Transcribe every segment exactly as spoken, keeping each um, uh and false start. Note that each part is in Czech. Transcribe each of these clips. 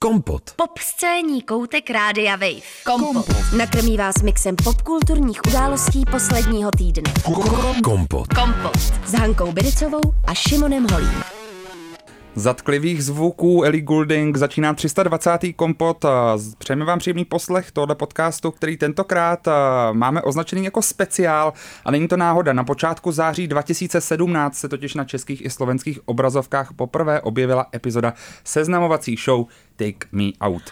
Kompot. Pop scéní koutek Rádia Wave. Kompot. Nakrmí vás mixem popkulturních událostí posledního týdne. Kompot. Kompot. S Hankou Biricovou a Šimonem Holím. Zatklivých zvuků Ellie Goulding začíná tři sta dvacátý Kompot. Přejeme vám příjemný poslech tohoto podcastu, který tentokrát máme označený jako speciál a není to náhoda. Na počátku září dva tisíce sedmnáct se totiž na českých i slovenských obrazovkách poprvé objevila epizoda seznamovací show Take Me Out.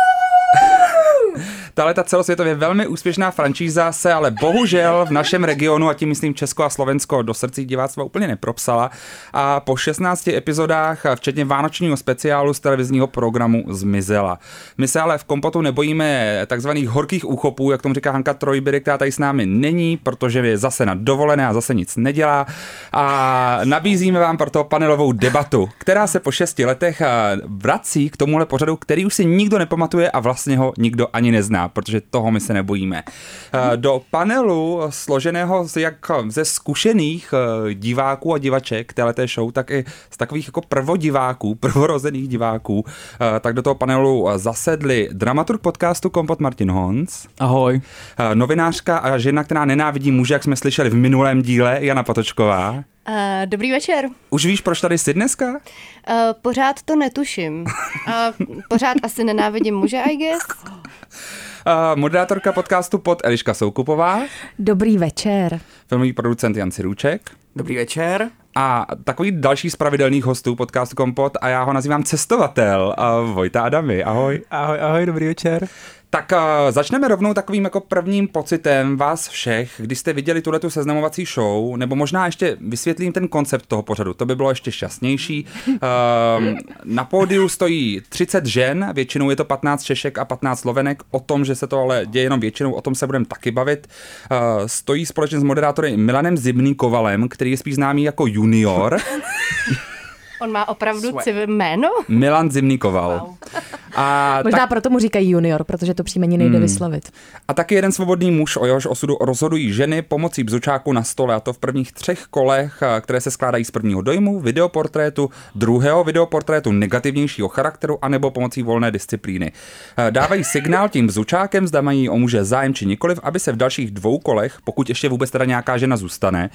Tahle ta celosvětově velmi úspěšná franšíza se ale bohužel v našem regionu, a tím myslím Česko a Slovensko, do srdcí diváctva úplně nepropsala a po šestnácti epizodách, včetně vánočního speciálu z televizního programu, zmizela. My se ale v Kompotu nebojíme takzvaných horkých úchopů, jak tomu říká Hanka Trojby, která tady s námi není, protože je zase na dovolené a zase nic nedělá, a nabízíme vám proto panelovou debatu, která se po šesti letech vrací k tomuhle pořadu, který už si nikdo nepamatuje a vlastně ho nikdo ani nezná, protože toho my se nebojíme. Do panelu složeného z jak ze zkušených diváků a divaček téhleté show, tak i z takových jako prvodiváků, prvorozených diváků, tak do toho panelu zasedli dramaturg podcastu Kompot Martin Honc. Ahoj. Novinářka a žena, která nenávidí muže, jak jsme slyšeli v minulém díle, Jana Patočková. Uh, dobrý večer. Už víš, proč tady jsi dneska? Uh, pořád to netuším. Uh, pořád asi nenávidím muže, I guess. Uh, moderátorka podcastu Pod Eliška Soukupová. Dobrý večer. Filmový producent Jan Cirůček. Dobrý večer. A takový další z pravidelných hostů podcastu Kompot, a já ho nazývám cestovatel, uh, Vojta Adamy. Ahoj. Ahoj, ahoj, dobrý večer. Tak uh, začneme rovnou takovým jako prvním pocitem vás všech, když jste viděli tuhletu seznamovací show, nebo možná ještě vysvětlím ten koncept toho pořadu, to by bylo ještě šťastnější. Uh, na pódiu stojí třicet žen, většinou je to patnáct Češek a patnáct Slovenek, o tom, že se to ale děje jenom většinou, o tom se budeme taky bavit. Uh, stojí společně s moderátorem Milanem Zimnikovalem, který je spíš známý jako junior. On má opravdu civilní jméno? Milan Zimnikoval. Wow. A Možná tak... proto mu říkají junior, protože to příjmení nejde hmm. vyslovit. A taky jeden svobodný muž, o jehož osudu rozhodují ženy pomocí bzučáku na stole, a to v prvních třech kolech, které se skládají z prvního dojmu, videoportrétu, druhého videoportrétu negativnějšího charakteru, anebo pomocí volné disciplíny. Dávají signál tím bzučákem, zda mají o muže zájem či nikoliv, aby se v dalších dvou kolech, pokud ještě vůbec teda nějaká žena zůstane,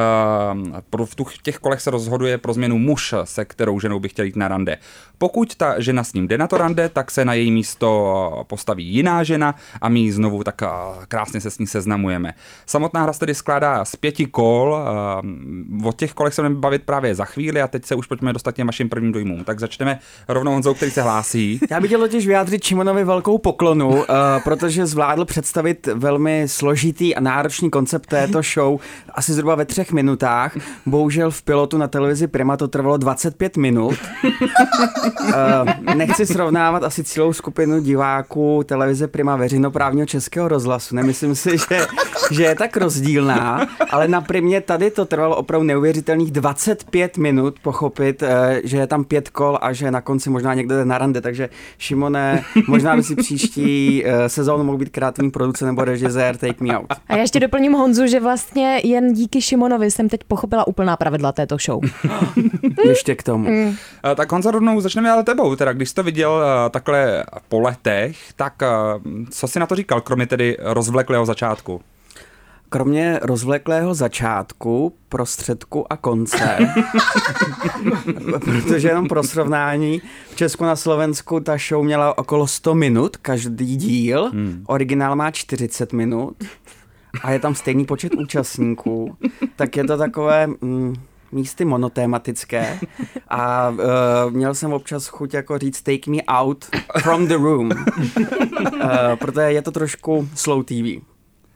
v těch kolech se rozhoduje pro změnu muž, se kterou ženou by chtěl jít na rande. Pokud ta žena s ním jde na to rande, tak se na její místo postaví jiná žena a my znovu tak krásně se s ní seznamujeme. Samotná hra se tedy skládá z pěti kol, o těch kolech se budeme bavit právě za chvíli a teď se už pojďme dostat těm vašim prvním dojmům. Tak začneme rovnou Honzou, který se hlásí. Já bych chtěl totiž vyjádřit Šimonovi velkou poklonu, uh, protože zvládl představit velmi složitý a náročný koncept této show asi zhruba ve třech minutách. Bohužel v pilotu na televizi Prima to trvalo dvacet pět minut. Uh, nechci srovnávat asi celou skupinu diváků televize Prima veřejnoprávního Českého rozhlasu. Nemyslím si, že, že je tak rozdílná, ale na Primě tady to trvalo opravdu neuvěřitelných dvacet pět minut pochopit, že je tam pět kol a že na konci možná někdo jde na rande. Takže Šimone, možná by si příští sezónu mohl být kreativní producent nebo režisér Take Me Out. A já ještě doplním Honzu, že vlastně jen díky Šimonovi jsem teď pochopila úplná pravidla této show. Ještě k tomu. Mm. Tak Honza, rovnou začneme ale tebou. Teda, když jsi to viděl takhle po letech, tak co jsi na to říkal, kromě tedy rozvleklého začátku? Kromě rozvleklého začátku, prostředku a konce, protože jenom pro srovnání, v Česku na Slovensku ta show měla okolo sto minut, každý díl, hmm. originál má čtyřicet minut a je tam stejný počet účastníků, tak je to takové... Mm, místy monotématické a uh, měl jsem občas chuť jako říct take me out from the room, uh, protože je to trošku slow T V.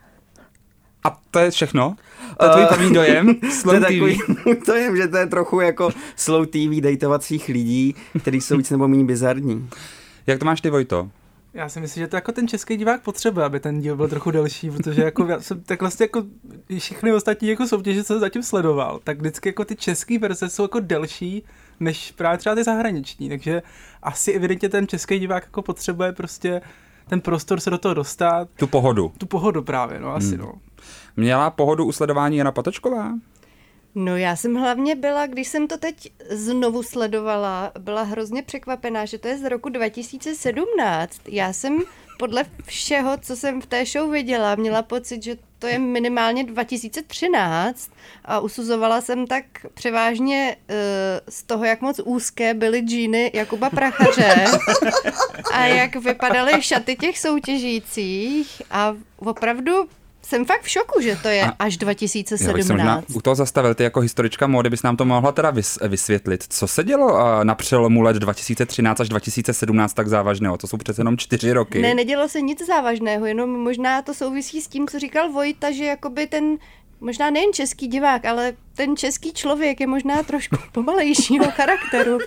A to je všechno? To je tvůj první dojem? Slow to T V? To je, že to je trochu jako slow T V dejtovacích lidí, kteří jsou víc nebo méně bizarní. Jak to máš ty, Vojto? Já si myslím, že to jako ten český divák potřebuje, aby ten díl byl trochu delší, protože jako já jsem tak vlastně jako všechny ostatní jako soutěže, co jsem zatím sledoval, tak vždycky jako ty český verze jsou jako delší než právě třeba ty zahraniční, takže asi evidentně ten český divák jako potřebuje prostě ten prostor se do toho dostat. Tu pohodu. Tu pohodu právě, no asi hmm. no. Měla pohodu u sledování Jana Patočková? No já jsem hlavně byla, když jsem to teď znovu sledovala, byla hrozně překvapená, že to je z roku dva tisíce sedmnáct. Já jsem podle všeho, co jsem v té show viděla, měla pocit, že to je minimálně dva tisíce třináct a usuzovala jsem tak převážně uh, z toho, jak moc úzké byly džíny Jakuba Prachaře a jak vypadaly šaty těch soutěžících a opravdu jsem fakt v šoku, že to je a, až dva tisíce sedmnáct. Já bych možná u toho zastavil, ty jako historička módy bys nám to mohla teda vys- vysvětlit. Co se dělo uh, na přelomu let dva tisíce třináct až dva tisíce sedmnáct tak závažného? To jsou přece jenom čtyři roky. Ne, nedělo se nic závažného, jenom možná to souvisí s tím, co říkal Vojta, že jakoby ten, možná nejen český divák, ale ten český člověk je možná trošku pomalejšího charakteru.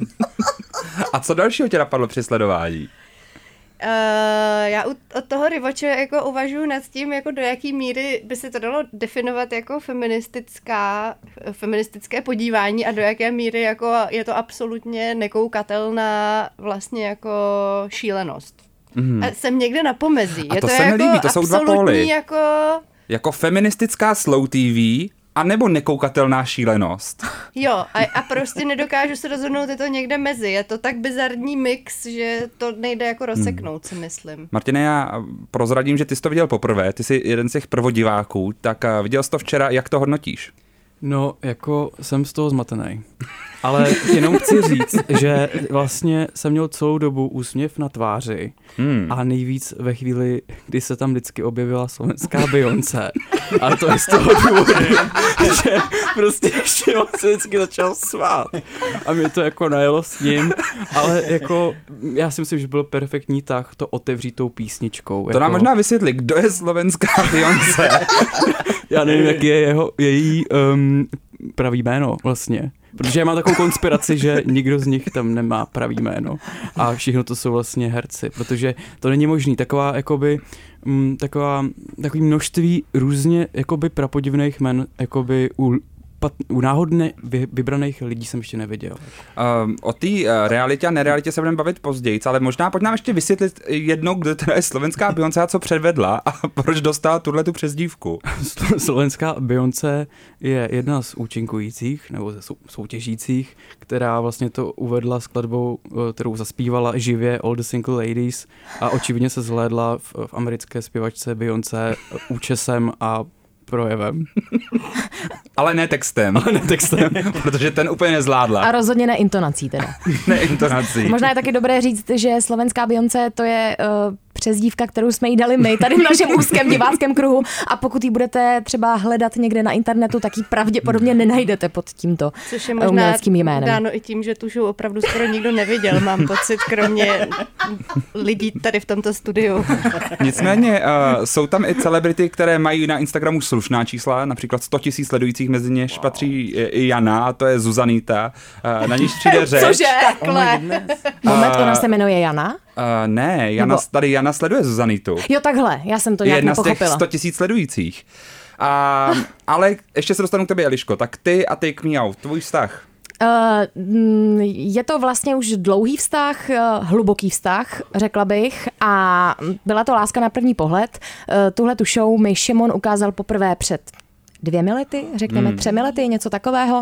A co dalšího tě napadlo při sledování? Uh, já od toho Rivoče jako uvažuji nad tím, jako do jaký míry by se to dalo definovat jako feministická, feministické podívání a do jaké míry jako je to absolutně nekoukatelná vlastně jako šílenost. Mm. A jsem někde na pomezí. A je to, to se jako mi líbí, to jsou dva póly. Jako... jako feministická slow T V a nebo nekoukatelná šílenost. Jo, a, a prostě nedokážu se rozhodnout, je to někde mezi. Je to tak bizarní mix, že to nejde jako rozseknout, hmm. si myslím. Martine, já prozradím, že ty jsi to viděl poprvé, ty jsi jeden z těch prvodiváků, tak viděl jsi to včera, jak to hodnotíš? No, jako jsem z toho zmatený. Ale jenom chci říct, že vlastně jsem měl celou dobu úsměv na tváři hmm. a nejvíc ve chvíli, kdy se tam vždycky objevila slovenská Beyoncé. A to je z toho důvodu, že prostě ještě se vždycky začal svát. A mě to jako najelo s ním, ale jako já si myslím, že byl perfektní tah to otevřít tou písničkou. To jako... nám možná vysvětli, kdo je slovenská Beyoncé. Já nevím, jaký je jeho, její um, pravý jméno vlastně. Protože já mám takovou konspiraci, že nikdo z nich tam nemá pravý jméno a všichni to jsou vlastně herci, protože to není možný. Taková, jakoby, m, taková, takový množství různě jakoby prapodivných jmen jakoby u, pat, u náhodně vy, vybraných lidí jsem ještě neviděl. Um, o té uh, realitě a nerealitě se budeme bavit později, ale možná pojď nám ještě vysvětlit jednou, kdo teda je slovenská Beyoncé a co předvedla a proč dostala tuhle tu přezdívku. Slovenská Beyoncé je jedna z účinkujících nebo ze sou, soutěžících, která vlastně to uvedla skladbou, kterou zaspívala živě All the Single Ladies a očividně se zhlédla v, v americké zpěvačce Beyoncé účesem a projevem. Ale ne textem. Ale ne textem. Protože ten úplně nezvládla. A rozhodně ne intonací teda. Ne intonací. Možná je taky dobré říct, že slovenská Beyoncé to je uh, přezdívka, kterou jsme jí dali my tady v našem úzkém diváckém kruhu a pokud ji budete třeba hledat někde na internetu, tak ji pravděpodobně nenajdete pod tímto Což je možná uměleckým jménem. Dáno i tím, že tu show opravdu skoro nikdo neviděl, mám pocit, kromě lidí tady v tomto studiu. Nicméně uh, jsou tam i celebrity, které mají na Instagramu slušná čísla, například sto tisíc sledujících, mezi něž wow. patří i Jana, a to je Zuzanita, uh, na níž přijde řeč. Cože? Takhle. Moment, ona se jmenuje Jana? Uh, ne, Jana, Nebo... tady Jana sleduje Zuzanitu. Jo, takhle, já jsem to nějak nějak nepochopila. Je jedna z těch sto tisíc sledujících. Uh, ale ještě se dostanu k tobě, Eliško, tak ty a Take Me Out, tvůj vztah. Uh, je to vlastně už dlouhý vztah, uh, hluboký vztah, řekla bych, a byla to láska na první pohled. Uh, tuhle tu show mi Šimon ukázal poprvé před dvěmi lety, řekněme hmm. třemi lety, něco takového.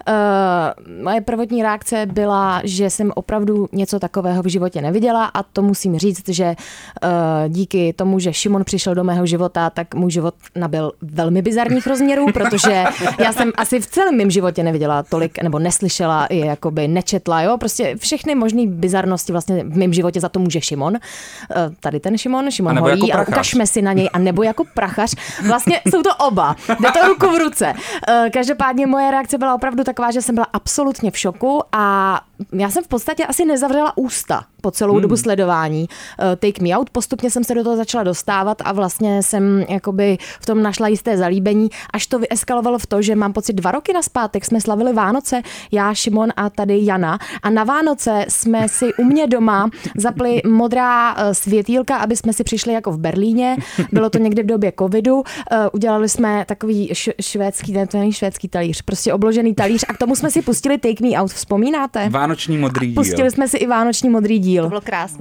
Uh, moje prvotní reakce byla, že jsem opravdu něco takového v životě neviděla a to musím říct, že uh, díky tomu, že Šimon přišel do mého života, tak můj život nabyl velmi bizarních rozměrů, protože já jsem asi v celém mém životě neviděla tolik, nebo neslyšela, i jakoby nečetla, jo, prostě všechny možné bizarnosti vlastně v mém životě za to může Šimon. Uh, tady ten Šimon, Šimon a Holý, jako a ukažme si na něj, a nebo jako prachař. Vlastně jsou to oba. Jde to ruku v ruce. Každopádně moje reakce byla opravdu taková, že jsem byla absolutně v šoku a já jsem v podstatě asi nezavřela ústa po celou hmm. dobu sledování uh, Take Me Out. Postupně jsem se do toho začala dostávat a vlastně jsem jakoby v tom našla jisté zalíbení, až to vyeskalovalo v to, že mám pocit dva roky nazpátek jsme slavili Vánoce, já, Šimon a tady Jana, a na Vánoce jsme si u mě doma zapli modrá uh, světýlka, aby jsme si přišli jako v Berlíně. Bylo to někdy v době covidu. Uh, udělali jsme takový š- švédský, ne, to není švédský talíř, prostě obložený talíř a k tomu jsme si pustili Take Me Out, vzpomínáte? Vánoční modrý díl. Pustili jsme si i vánoční modrý díl. To bylo krásné.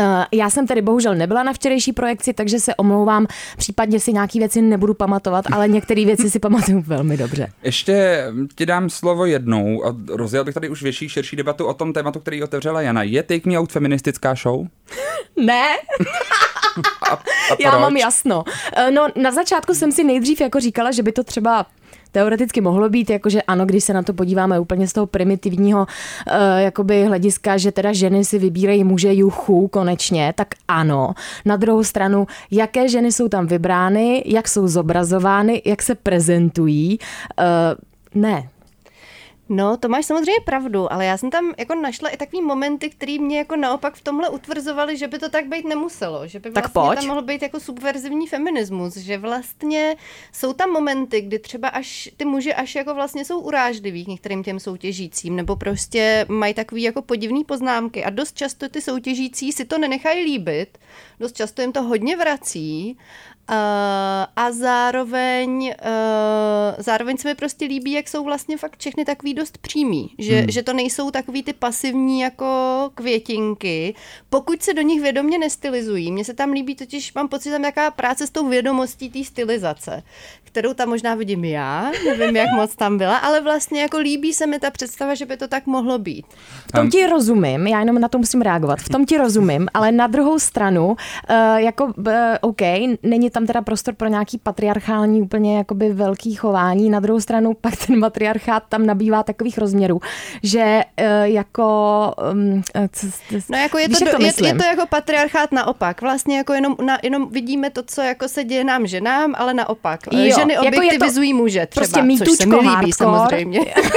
Já jsem tedy bohužel nebyla na včerejší projekci, takže se omlouvám, případně si nějaký věci nebudu pamatovat, ale některé věci si pamatuju velmi dobře. Ještě ti dám slovo jednou a rozjel bych tady už větší, širší debatu o tom tématu, který otevřela Jana. Je Take Me Out feministická show? Ne. A, a Já mám jasno. No, na začátku jsem si nejdřív jako říkala, že by to třeba teoreticky mohlo být, jakože ano, když se na to podíváme úplně z toho primitivního uh, jakoby hlediska, že teda ženy si vybírají muže juchu konečně, tak ano. Na druhou stranu, jaké ženy jsou tam vybrány, jak jsou zobrazovány, jak se prezentují, uh, ne. No, to máš samozřejmě pravdu, ale já jsem tam jako našla i takový momenty, který mě jako naopak v tomhle utvrzovaly, že by to tak být nemuselo, že by vlastně tam mohl být jako subverzivní feminismus, že vlastně jsou tam momenty, kdy třeba až ty muži až jako vlastně jsou urážliví k některým těm soutěžícím, nebo prostě mají takový jako podivný poznámky a dost často ty soutěžící si to nenechají líbit, dost často jim to hodně vrací. Uh, a zároveň, uh, zároveň se mi prostě líbí, jak jsou vlastně fakt všechny takový dost přímý, že, hmm. že to nejsou takový ty pasivní jako květinky, pokud se do nich vědomě nestylizují. Mně se tam líbí totiž, mám pocit, tam jaká práce s tou vědomostí té stylizace, kterou tam možná vidím já, nevím, jak moc tam byla, ale vlastně jako líbí se mi ta představa, že by to tak mohlo být. V tom ti rozumím, já jenom na to musím reagovat, v tom ti rozumím, ale na druhou stranu, uh, jako uh, OK, není tam teda prostor pro nějaký patriarchální úplně jakoby velký chování. Na druhou stranu pak ten matriarchát tam nabývá takových rozměrů, že uh, jako... Um, co, no jako je to, do, to je, je to jako patriarchát naopak. Vlastně jako jenom, na, jenom vidíme to, co jako se děje nám ženám, ale naopak. Jo, ženy objektivizují jako muže třeba, prostě což se mi líbí samozřejmě.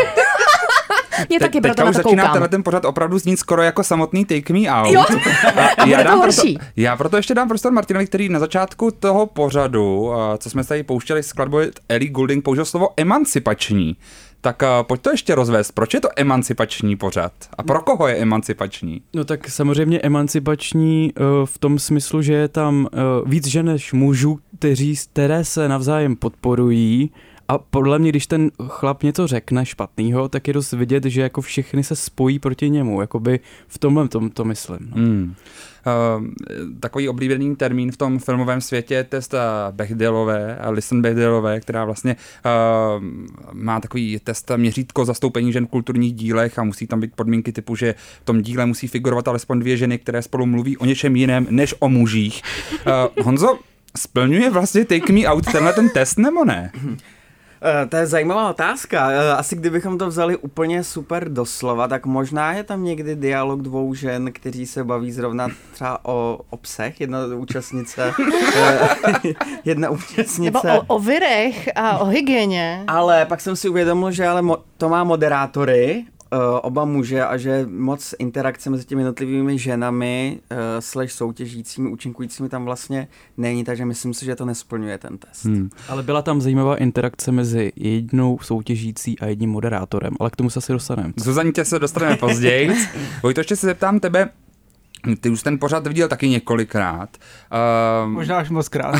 Mě taky Te, proto na to začíná koukám. tenhle ten pořad opravdu znít skoro jako samotný Take Me Out. Jo, a já, dám proto, já proto ještě dám prostor Martinovi, který na začátku toho pořadu, co jsme tady pouštěli skladbou Ellie Goulding, použil slovo emancipační. Tak uh, pojď to ještě rozvést. Proč je to emancipační pořad? A pro koho je emancipační? No tak samozřejmě emancipační uh, v tom smyslu, že je tam uh, víc žen než mužů, kteří, které se navzájem podporují. A podle mě, když ten chlap něco řekne špatného, tak je dost vidět, že jako všechny se spojí proti němu. Jakoby v tomhle tom to myslím. No. Hmm. Uh, takový oblíbený termín v tom filmovém světě je test Bechdellové, Alison Bechdellové, která vlastně uh, má takový test měřítko zastoupení žen v kulturních dílech a musí tam být podmínky typu, že v tom díle musí figurovat alespoň dvě ženy, které spolu mluví o něčem jiném než o mužích. Uh, Honzo, splňuje vlastně Take Me Out tenhle ten test nebo ne? Uh, to je zajímavá otázka. Uh, asi kdybychom to vzali úplně super doslova, tak možná je tam někdy dialog dvou žen, kteří se baví zrovna třeba o, o psech, jedna účastnice. uh, jedna účastnice. Nebo o, o virech a o hygieně. Ale pak jsem si uvědomil, že ale mo- to má moderátory, oba muže a že moc interakce mezi těmi jednotlivými ženami uh, slash soutěžícími, účinkujícími tam vlastně není, takže myslím si, že to nesplňuje ten test. Hmm. Ale byla tam zajímavá interakce mezi jednou soutěžící a jedním moderátorem, ale k tomu se asi dostaneme. Zuzaní, tě se dostaneme později. Vojto, ještě se zeptám tebe, ty už ten pořad viděl taky několikrát. Uh, Možná až moc krát.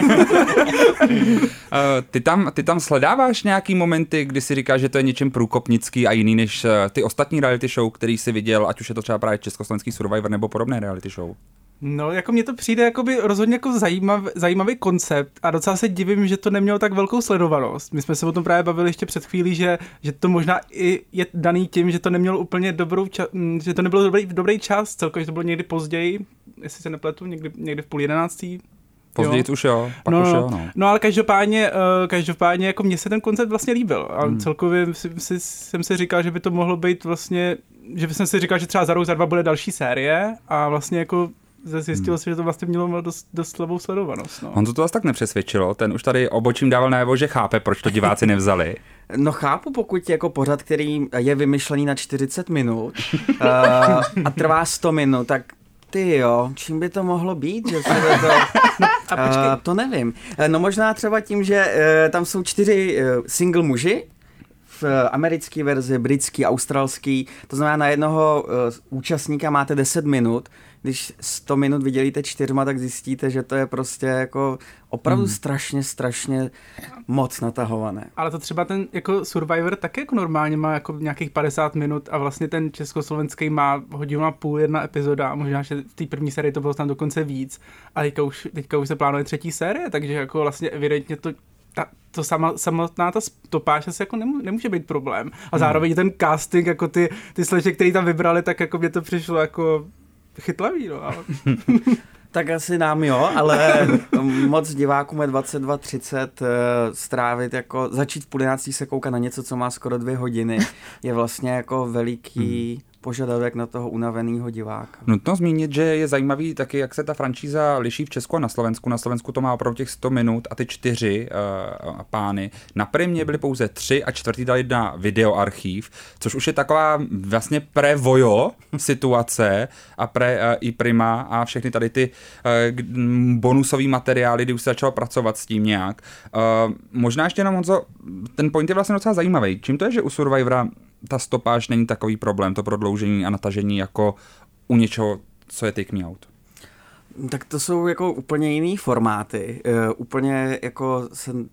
uh, ty, tam, ty tam sledáváš nějaký momenty, kdy si říkáš, že to je něčem průkopnický a jiný než uh, ty ostatní reality show, který jsi viděl, ať už je to třeba právě Československý Survivor nebo podobné reality show? No, jako mně to přijde jakoby rozhodně jako zajímav, zajímavý koncept a docela se divím, že to nemělo tak velkou sledovanost. My jsme se o tom právě bavili ještě před chvílí, že, že to možná i je daný tím, že to nemělo úplně dobrou ča- že to nebylo dobrý, dobrý čas, celkově, že to bylo někdy později, jestli se nepletu, někdy, někdy v půl jedenáctý. Později už jo, pak no, už no, jo, no. No ale každopádně, uh, každopádně jako mně se ten koncept vlastně líbil a hmm. celkově si, si, jsem si říkal, že by to mohlo být vlastně, že bych si říkal, že třeba za rok, za dva bude další série a vlastně jako zjistilo se, že to vlastně mělo dost, dost slabou sledovanost. No. Honzu to vás tak nepřesvědčilo, ten už tady obočím dával najevo, že chápe, proč to diváci nevzali. No chápu, pokud jako pořad, který je vymyšlený na čtyřicet minut uh, a trvá sto minut, tak ty jo, čím by to mohlo být? Že se to, no, uh, to nevím. No možná třeba tím, že uh, tam jsou čtyři uh, single muži v americké verzi, britský, australský, to znamená na jednoho uh, účastníka máte deset minut, když sto minut vydělíte čtyřma, tak zjistíte, že to je prostě jako opravdu hmm. strašně, strašně moc natahované. Ale to třeba ten jako Survivor taky jako normálně má jako nějakých padesát minut a vlastně ten československý má hodinu a půl jedna epizoda a možná, že v té první sérii to bylo tam dokonce víc a teďka už, teďka už se plánuje třetí série, takže jako vlastně evidentně to Ta, to sama, samotná ta stopáž asi jako nemů, nemůže být problém. A zároveň ten casting, jako ty, ty sleče, který tam vybrali, tak jako mě to přišlo jako chytlavý, no. Ale... Tak asi nám jo, ale moc divákům je dvacet dva třicet uh, strávit, jako začít v půl jedenáctý se koukat na něco, co má skoro dvě hodiny, je vlastně jako veliký... Hmm. požadavek na toho unaveného diváka. Nutno zmínit, že je zajímavý taky, jak se ta franšíza liší v Česku a na Slovensku. Na Slovensku to má opravdu těch sto minut a ty čtyři uh, pány. Na Primě byly pouze tři a čtvrtý dali na videoarchív, což už je taková vlastně pre-vojo situace a pre uh, i Prima a všechny tady ty uh, bonusové materiály, kdy už se začalo pracovat s tím nějak. Uh, možná ještě jenom Honzo, ten point je vlastně docela zajímavý. Čím to je, že u Survivora ta stopáž není takový problém, to prodloužení a natažení jako u něčeho, co je Take Me Out? Tak to jsou jako úplně jiný formáty. Uh, úplně jako... Sen,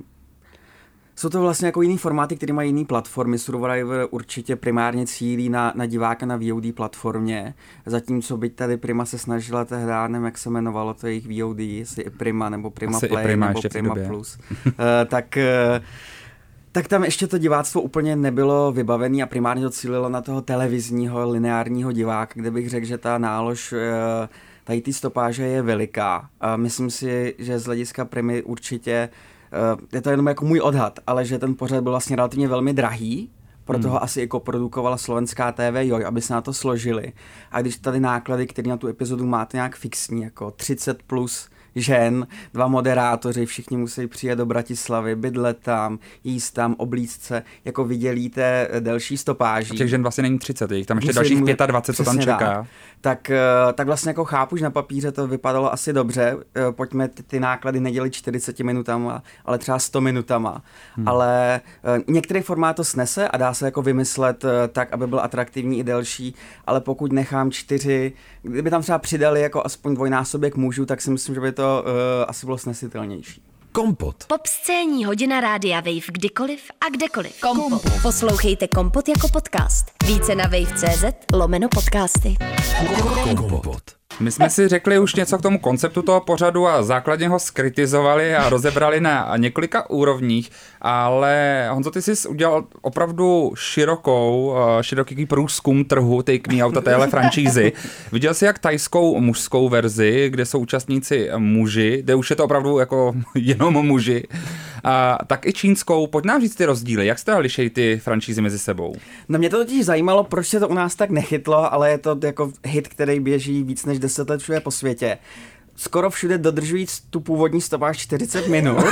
jsou to vlastně jako jiný formáty, které mají jiný platformy. Survivor určitě primárně cílí na, na diváka na V O D platformě, zatímco byť tady Prima se snažila tehdy, nevím, jak se jmenovalo to jejich V O D, jestli i Prima, nebo Prima Asi Play, Prima, nebo Prima Plus. uh, tak... Uh, Tak tam ještě to diváctvo úplně nebylo vybavené a primárně to cílilo na toho televizního, lineárního diváka, kde bych řekl, že ta nálož tady ty stopáže je veliká. A myslím si, že z hlediska Primy určitě, je to jenom jako můj odhad, ale že ten pořad byl vlastně relativně velmi drahý, proto ho hmm. asi i koprodukovala slovenská T V Joj, aby se na to složili. A když tady náklady, které na tu epizodu máte nějak fixní, jako třicet plus žen, dva moderátoři, všichni musí přijet do Bratislavy, bydlet tam, jíst tam, oblíct se, jako vydělíte delší stopáží. A těch žen vlastně není třicet, je tam ještě dalších dvacet pět, co tam čeká. Tak, tak vlastně jako chápu, že na papíře to vypadalo asi dobře, pojďme ty, ty náklady nedělit čtyřicet minutama, ale třeba sto minutama, hmm. ale některý formát to snese a dá se jako vymyslet tak, aby byl atraktivní i delší, ale pokud nechám čtyři, kdyby tam třeba přidali jako aspoň dvojnásobek mužů, tak si myslím, že by to uh, asi bylo snesitelnější. Kompot. Popscénní hodina rádia Wave kdykoliv a kdekoliv. Kompot. Poslouchejte Kompot jako podcast. Více na wave tečka cé zet lomeno podcasty. Kompot. My jsme si řekli už něco k tomu konceptu toho pořadu a základně ho skritizovali a rozebrali na několika úrovních, ale Honzo, ty jsi udělal opravdu širokou, široký průzkum trhu Take Me Out a téhle franšízy. Viděl jsi jak thajskou mužskou verzi, kde jsou účastníci muži, kde už je to opravdu jako jenom muži, a tak i čínskou. Pojď nám říct ty rozdíly, jak se teda lišejí ty franšízy mezi sebou? No mě to totiž zajímalo, proč se to u nás tak nechytlo, ale je to jako hit, který běží víc než deset let všude po světě. Skoro všude dodržují tu původní stopáž čtyřicet minut,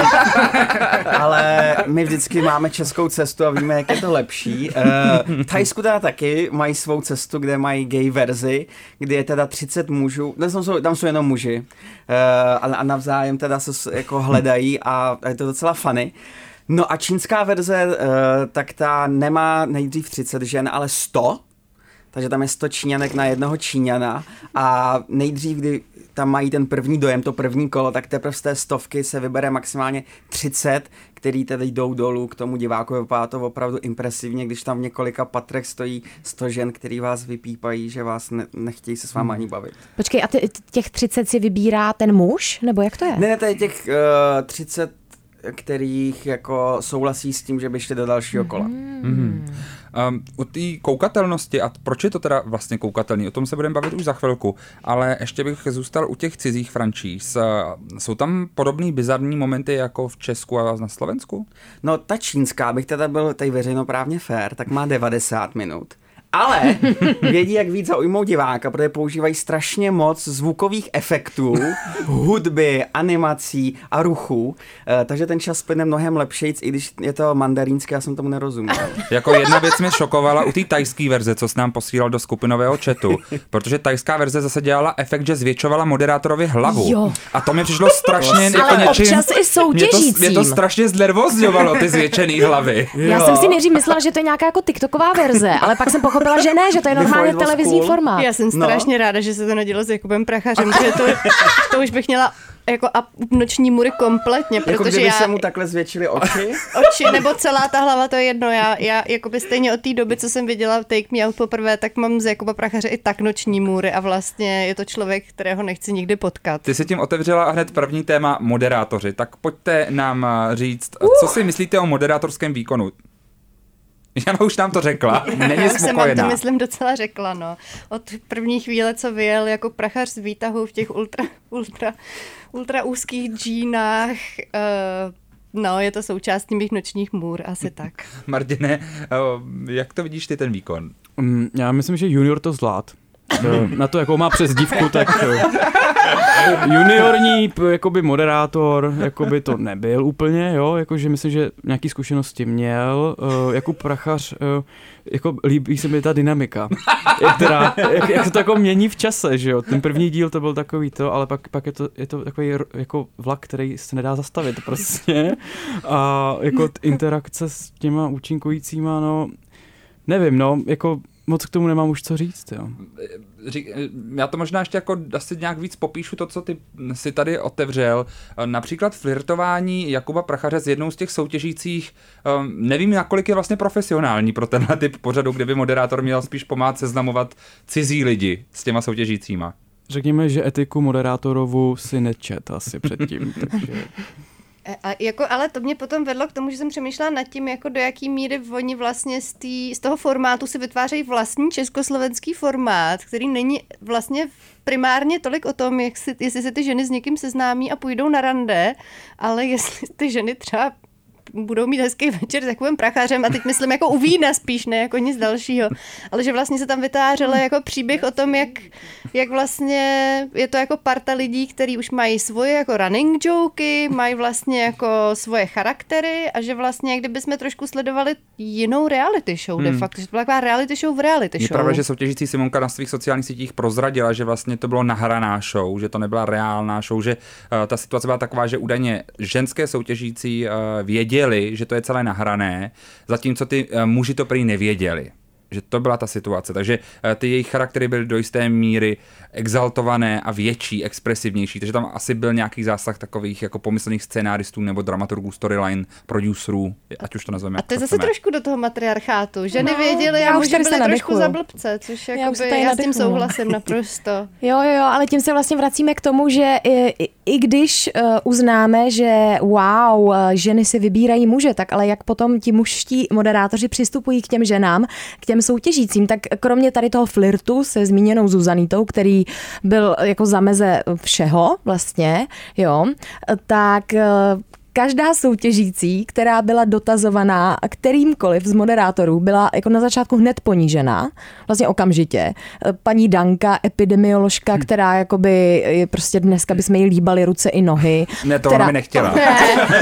ale my vždycky máme českou cestu a víme, jak je to lepší. Uh, Thajsku teda taky mají svou cestu, kde mají gay verzi, kde je teda třicet mužů, tam jsou, tam jsou jenom muži, uh, a navzájem teda se jako hledají a je to docela funny. No a čínská verze, uh, tak ta nemá nejdřív třicet žen, ale sto. Takže tam je sto Číňanek na jednoho Číňana a nejdřív, kdy tam mají ten první dojem, to první kolo, tak teprve z té stovky se vybere maximálně třicet, který tedy jdou dolů k tomu diváku. Vypadá to opravdu impresivně, když tam v několika patrech stojí sto žen, který vás vypípají, že vás ne- nechtějí se s váma ani bavit. Počkej, a ty, těch třicet si vybírá ten muž? Nebo jak to je? Ne, ne, to je těch uh, třicet, kterých jako souhlasí s tím, že by šli do dalšího kola. Mm-hmm. Um, u té koukatelnosti, a proč je to teda vlastně koukatelný, o tom se budeme bavit už za chvilku, ale ještě bych zůstal u těch cizích franšíz. Jsou tam podobný bizarní momenty jako v Česku a na Slovensku? No ta čínská, bych teda byl tady veřejnoprávně fair, tak má devadesát minut. Ale vědí, jak víc zaujmout diváka, protože používají strašně moc zvukových efektů, hudby, animací a ruchů, takže ten čas plyne mnohem lepšejc, i když je to mandarínské, já jsem tomu nerozuměl. Jako jedna věc mě šokovala u té tajské verze, co jsi nám posílal do skupinového chatu, protože tajská verze zase dělala efekt, že zvětšovala moderátorovi hlavu. Jo. A to mi přišlo strašně jako ale něčím... občas i soutěžícím. Mě to, mě to strašně znervozňovalo, ty zvětšený hlavy. Já jo. jsem si nejdřív myslela, že to je nějaká jako TikToková verze, ale pak jsem pochopila, že ne, že to je normálně televizní formát. Já jsem strašně no. ráda, že se to nedělo s Jakubem Prachařem, že to, to už bych měla jako a noční můry kompletně, protože jako kdyby já... se mu takhle zvětšily oči? Oči, nebo celá ta hlava, to je jedno. Já, já jakoby stejně od té doby, co jsem viděla Take Me Out poprvé, tak mám z Jakuba Prachaře i tak noční můry a vlastně je to člověk, kterého nechci nikdy potkat. Ty si tím otevřela hned první téma moderátoři, tak pojďte nám říct, uh. co si myslíte o moderátorském výkonu? Jana už nám to řekla, není já už spokojená. jsem vám to, myslím, docela řekla, no. Od první chvíle, co vyjel jako Prachař z výtahu v těch ultra, ultra, ultra úzkých džínách, uh, no, je to součástí mých nočních můr, asi tak. Martine, jak to vidíš ty ten výkon? Um, já myslím, že junior to zvlád. Na to, jakou má přezdívku, tak juniorní jakoby moderátor jakoby to nebyl úplně, jo, jakože myslím, že nějaký zkušenosti měl. Jakub Prachař, jako líbí se mi ta dynamika, která, jak, jak se to jako mění v čase, že jo. Ten první díl to byl takový to, ale pak, pak je to, je to takový jako vlak, který se nedá zastavit prostě. A jako interakce s těma účinkujícíma, no, nevím, no, jako moc k tomu nemám už co říct, jo. Já to možná ještě jako asi nějak víc popíšu to, co ty si tady otevřel. Například flirtování Jakuba Prachaře s jednou z těch soutěžících, nevím, nakolik je vlastně profesionální pro tenhle typ pořadu, kde by moderátor měl spíš pomáhat seznamovat cizí lidi s těma soutěžícíma. Řekněme, že etiku moderátorovu si nečet asi předtím, takže... A jako, ale to mě potom vedlo k tomu, že jsem přemýšlela nad tím, jako do jaký míry oni vlastně z, tý, z toho formátu si vytvářejí vlastní československý formát, který není vlastně primárně tolik o tom, jak si, jestli se ty ženy s někým seznámí a půjdou na rande, ale jestli ty ženy třeba budou mít hezký večer s Jakubem Prachařem a teď myslím jako u vína spíš, ne jako nic dalšího, ale že vlastně se tam vytvářelo jako příběh o tom, jak, jak vlastně je to jako parta lidí, kteří už mají svoje jako running joky, mají vlastně jako svoje charaktery a že vlastně kdyby jsme trošku sledovali jinou reality show de facto, že to byla taková reality show v reality show. Je pravda, že soutěžící Simonka na svých sociálních sítích prozradila, že vlastně to bylo nahraná show, že to nebyla reálná show, že uh, ta situace byla taková, že údajně ženské soutěžící uh, věděli, že to je celé nahrané, zatímco ty uh, muži to prý nevěděli. Že to byla ta situace. Takže uh, ty jejich charaktery byly do jisté míry exaltované a větší, expresivnější. Takže tam asi byl nějaký zásah takových jako pomyslných scénáristů nebo dramaturgů, storyline, producerů, ať už to nazveme. A to je zase chceme. Trošku do toho matriarchátu. Ženy no, věděli a muži byli trošku za blbce, což já, jakoby, já, já s tím souhlasím naprosto. Jo, jo, ale tím se vlastně vracíme k tomu, že i, i, i když uh, uznáme, že wow, uh, ženy si vybírají muže, tak ale jak potom ti mužští moderátoři přistupují k těm ženám, k těm soutěžícím, tak kromě tady toho flirtu se zmíněnou Zuzanitou, který byl jako za meze všeho vlastně, jo, tak každá soutěžící, která byla dotazovaná kterýmkoliv z moderátorů, byla jako na začátku hned ponížená, vlastně okamžitě. Paní Danka, epidemioložka, hmm. která jakoby prostě dneska bychom jí líbali ruce i nohy. Ne, to která... ona by nechtěla. Ne,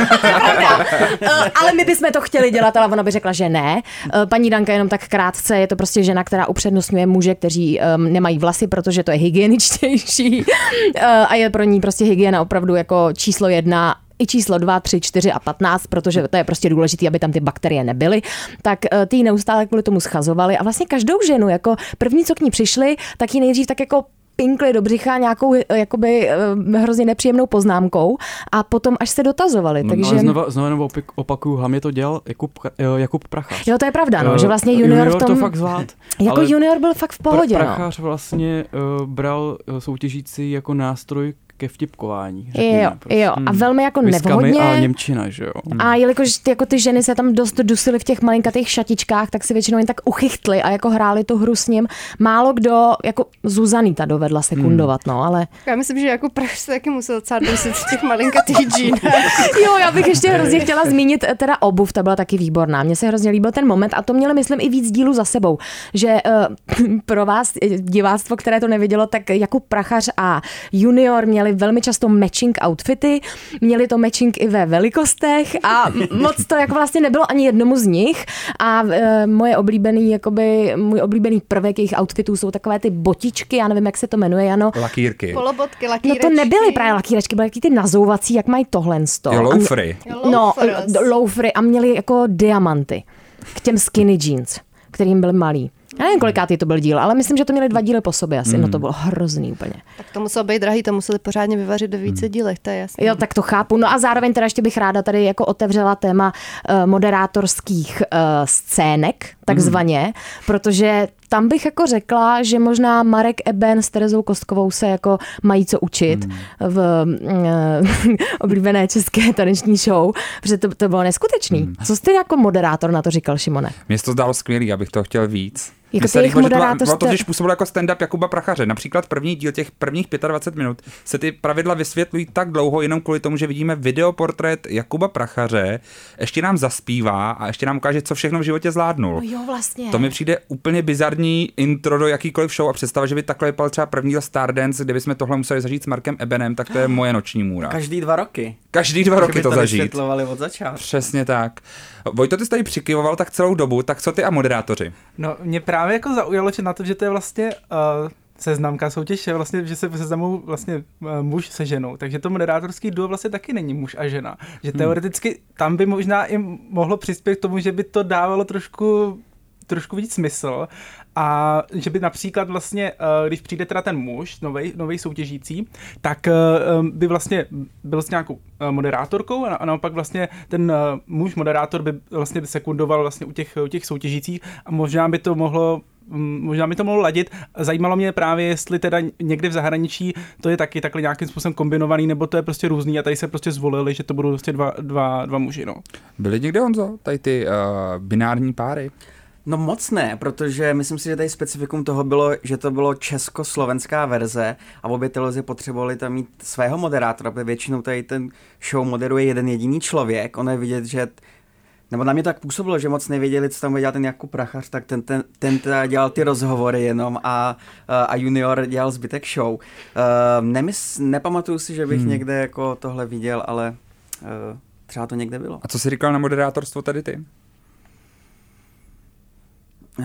ale my bychom to chtěli dělat, ale ona by řekla, že ne. Paní Danka jenom tak krátce, je to prostě žena, která upřednostňuje muže, kteří um, nemají vlasy, protože to je hygieničtější uh, a je pro ní prostě hygiena opravdu jako číslo jedna i číslo dva, tři, čtyři a patnáct, protože to je prostě důležité, aby tam ty bakterie nebyly, tak ty neustále kvůli tomu schazovali a vlastně každou ženu, jako první, co k ní přišli, tak ji nejdřív tak jako pinkli do břicha nějakou jakoby hrozně nepříjemnou poznámkou a potom až se dotazovali. No, takže... Ale znova, znova opakuju, Hamě to dělal Jakub, Jakub Prachař. Jo, to je pravda, no, uh, že vlastně junior, junior v tom... to fakt zvlád. Jako ale junior byl fakt v pohodě, Prachař no. vlastně uh, bral soutěžící jako nástroj ke vtipkování. Jo, prostě. jo. A velmi jako nevhodně. A němčina, že jo. A jelikož ty, jako ty ženy se tam dost dusily v těch malinkatých šatičkách, tak si většinou jen tak uchychtly a jako hráli tu hru s ním. Málo kdo, jako Zuzanita dovedla sekundovat, hmm. no, ale... Já myslím, že jako Prach se taky musel docela dusit v těch malinkatých džínách. Jo, já bych ještě hrozně chtěla zmínit teda obuv, ta byla taky výborná. Mně se hrozně líbil ten moment a to měli, myslím, i víc dílů za sebou, že uh, pro vás diváctvo, které to nevidělo, tak Jakub Prachař a Junior měli velmi často matching outfity, měli to matching i ve velikostech a moc to jako vlastně nebylo ani jednomu z nich a uh, moje oblíbený, jakoby, můj oblíbený prvek jejich outfitů jsou takové ty botičky, já nevím, jak se to jmenuje, Jano. Lakírky. Polobotky, lakírečky. No to nebyly právě lakírečky, byly ty nazouvací, jak mají tohle sto. Jo, loafery. No, loafery a měli jako diamanty k těm skinny jeans, kterým byly malý. Já nevím, kolikátý to byl díl, ale myslím, že to měli dva díly po sobě asi, mm. no to bylo hrozný úplně. Tak to muselo být drahý, to museli pořádně vyvařit ve více dílech, to je jasné. Jo, tak to chápu. No a zároveň teda ještě bych ráda tady jako otevřela téma uh, moderátorských uh, scének, takzvaně, mm. protože tam bych jako řekla, že možná Marek Eben s Terezou Kostkovou se jako mají co učit mm. v uh, oblíbené české taneční show, protože to, to bylo neskutečný. Mm. Co jsi jako moderátor na to říkal, Šimone? Mně to zdálo skvělý, abych to chtěl víc. Jako ty líbo, moderátor to, to totiž působilo jako stand-up Jakuba Prachaře. Například první díl těch prvních dvacet pět minut se ty pravidla vysvětlují tak dlouho jenom kvůli tomu, že vidíme videoportrét Jakuba Prachaře, ještě nám zaspívá a ještě nám ukáže, co všechno v životě zvládnul. No jo, vlastně. To mi přijde úplně bizarní intro do jakýkoliv show a představa, že by takhle vypadal třeba první díl Stardance, kde bychom tohle museli zažít s Markem Ebenem, tak to je moje noční můra. Každý dva roky. Každý dva roky to, to zažít. Vysvětlovali od začátku. Přesně tak. Vojto, ty jsi tady přikyvoval tak celou dobu, tak co ty a moderátoři? No, mě právě jako zaujalo, že na to, že to je vlastně uh, seznamka soutěž, vlastně, že se seznamou vlastně uh, muž se ženou, takže to moderátorský duo vlastně taky není muž a žena. Že teoreticky tam by možná i mohlo přispět k tomu, že by to dávalo trošku trošku víc smysl a že by například vlastně, když přijde teda ten muž, novej, novej soutěžící, tak by vlastně byl s nějakou moderátorkou a naopak vlastně ten muž moderátor by vlastně sekundoval vlastně u těch, u těch soutěžících a možná by to mohlo Možná by to mohlo ladit. Zajímalo mě právě, jestli teda někde v zahraničí to je taky takhle nějakým způsobem kombinovaný, nebo to je prostě různý a tady se prostě zvolili, že to budou prostě dva, dva, dva muži. No. Byly někde, Honzo, tady ty uh, binární páry? No moc ne, protože myslím si, že tady specifikum toho bylo, že to bylo československá verze a obě televize potřebovali tam mít svého moderátora, protože většinou tady ten show moderuje jeden jediný člověk. Ono je vidět, že nebo na mě tak působilo, že moc nevěděli, co tam bude dělat ten Jakub Prachař, tak ten, ten, ten teda dělal ty rozhovory jenom a, a Junior dělal zbytek show. Uh, nemys, nepamatuju si, že bych hmm. někde jako tohle viděl, ale uh, třeba to někde bylo. A co jsi říkal na moderátorstvo tady ty? Uh,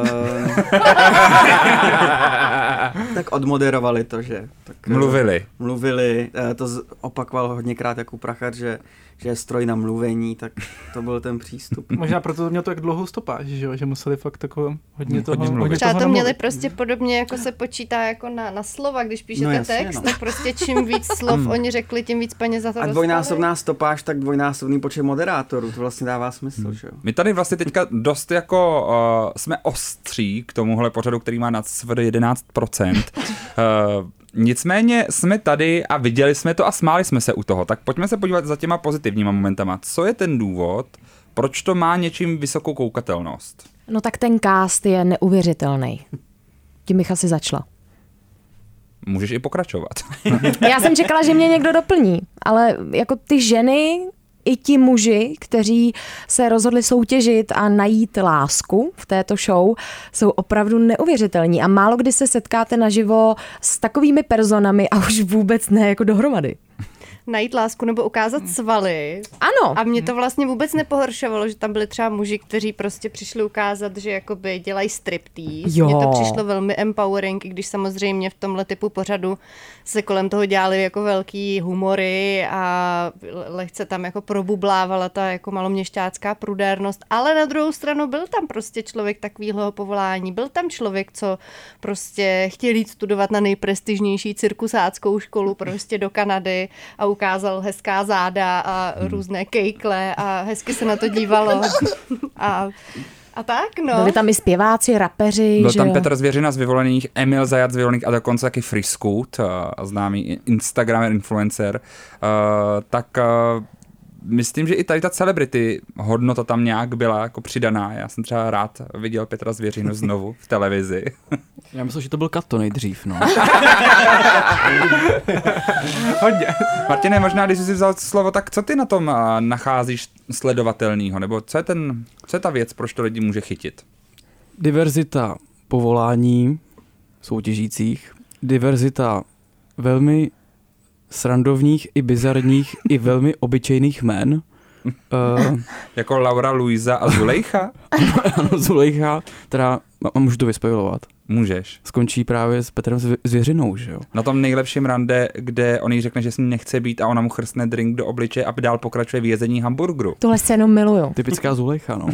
tak odmoderovali to, že? Tak, mluvili. Mluvili, uh, to opakoval hodněkrát Jakub Prachař, že že je stroj na mluvení, tak to byl ten přístup. Možná proto měl to tak dlouhou stopáž, že, jo? Že museli fakt tako hodně toho hodně hodně Třeba toho to měli namluvit. prostě podobně, jako se počítá jako na, na slova, když píšete no jasně, text, no. tak prostě čím víc slov oni řekli, tím víc peněz za to a dostali. dvojnásobná stopáž, tak dvojnásobný počet moderátorů, to vlastně dává smysl, hmm. že jo? My tady vlastně teďka dost jako uh, jsme ostří k tomuhle pořadu, který má nad jedenáct procent. uh, Nicméně jsme tady a viděli jsme to a smáli jsme se u toho. Tak pojďme se podívat za těma pozitivníma momentama. Co je ten důvod, proč to má něčím vysokou koukatelnost? No tak ten cast je neuvěřitelný. Tím bych asi začala. Můžeš i pokračovat. Já jsem čekala, že mě někdo doplní, ale jako ty ženy i ti muži, kteří se rozhodli soutěžit a najít lásku v této show, jsou opravdu neuvěřitelní a málo kdy se setkáte naživo s takovými personami a už vůbec ne jako dohromady. Najít lásku nebo ukázat svaly. Ano. A mě to vlastně vůbec nepohoršovalo, že tam byli třeba muži, kteří prostě přišli ukázat, že jakoby dělají striptease. Mně to přišlo velmi empowering, i když samozřejmě v tomhle typu pořadu se kolem toho dělali jako velký humory a lehce tam jako probublávala ta jako maloměšťácká prudérnost, ale na druhou stranu byl tam prostě člověk takovýhleho povolání, byl tam člověk, co prostě chtěl jít studovat na nejprestižnější cirkusáckou školu prostě do Kanady a ukázal hezká záda a různé kejkle a hezky se na to dívalo. A A tak, no. Byli tam i zpěváci, rapeři. Byl že tam jo? Petr Zvěřina z Vyvolených, Emil Zajac z Vyvolených a dokonce taky Friskut, známý Instagramer, influencer. Uh, tak uh, myslím, že i tady ta celebrity hodnota tam nějak byla jako přidaná. Já jsem třeba rád viděl Petra Zvěřinu znovu v televizi. Já myslím, že to byl Kato nejdřív, no. Hodně. Martine, možná, když jsi si vzal slovo, tak co ty na tom uh, nacházíš sledovatelného? Nebo co je, ten, co je ta věc, proč to lidi může chytit? Diverzita povolání soutěžících, diverzita velmi srandovních i bizarních i velmi obyčejných jmen. uh, Jako Laura, Luisa a Zulejcha? ano, Zulejcha, teda, a můžu to vyspojovat. Můžeš. Skončí právě s Petrem Zvěřinou, že jo? Na tom nejlepším rande, kde on jí řekne, že s ní nechce být a ona mu chrstne drink do obličeje a dál pokračuje v jezení hamburgeru. Tuhle scénu miluju. Typická Zulejcha, no.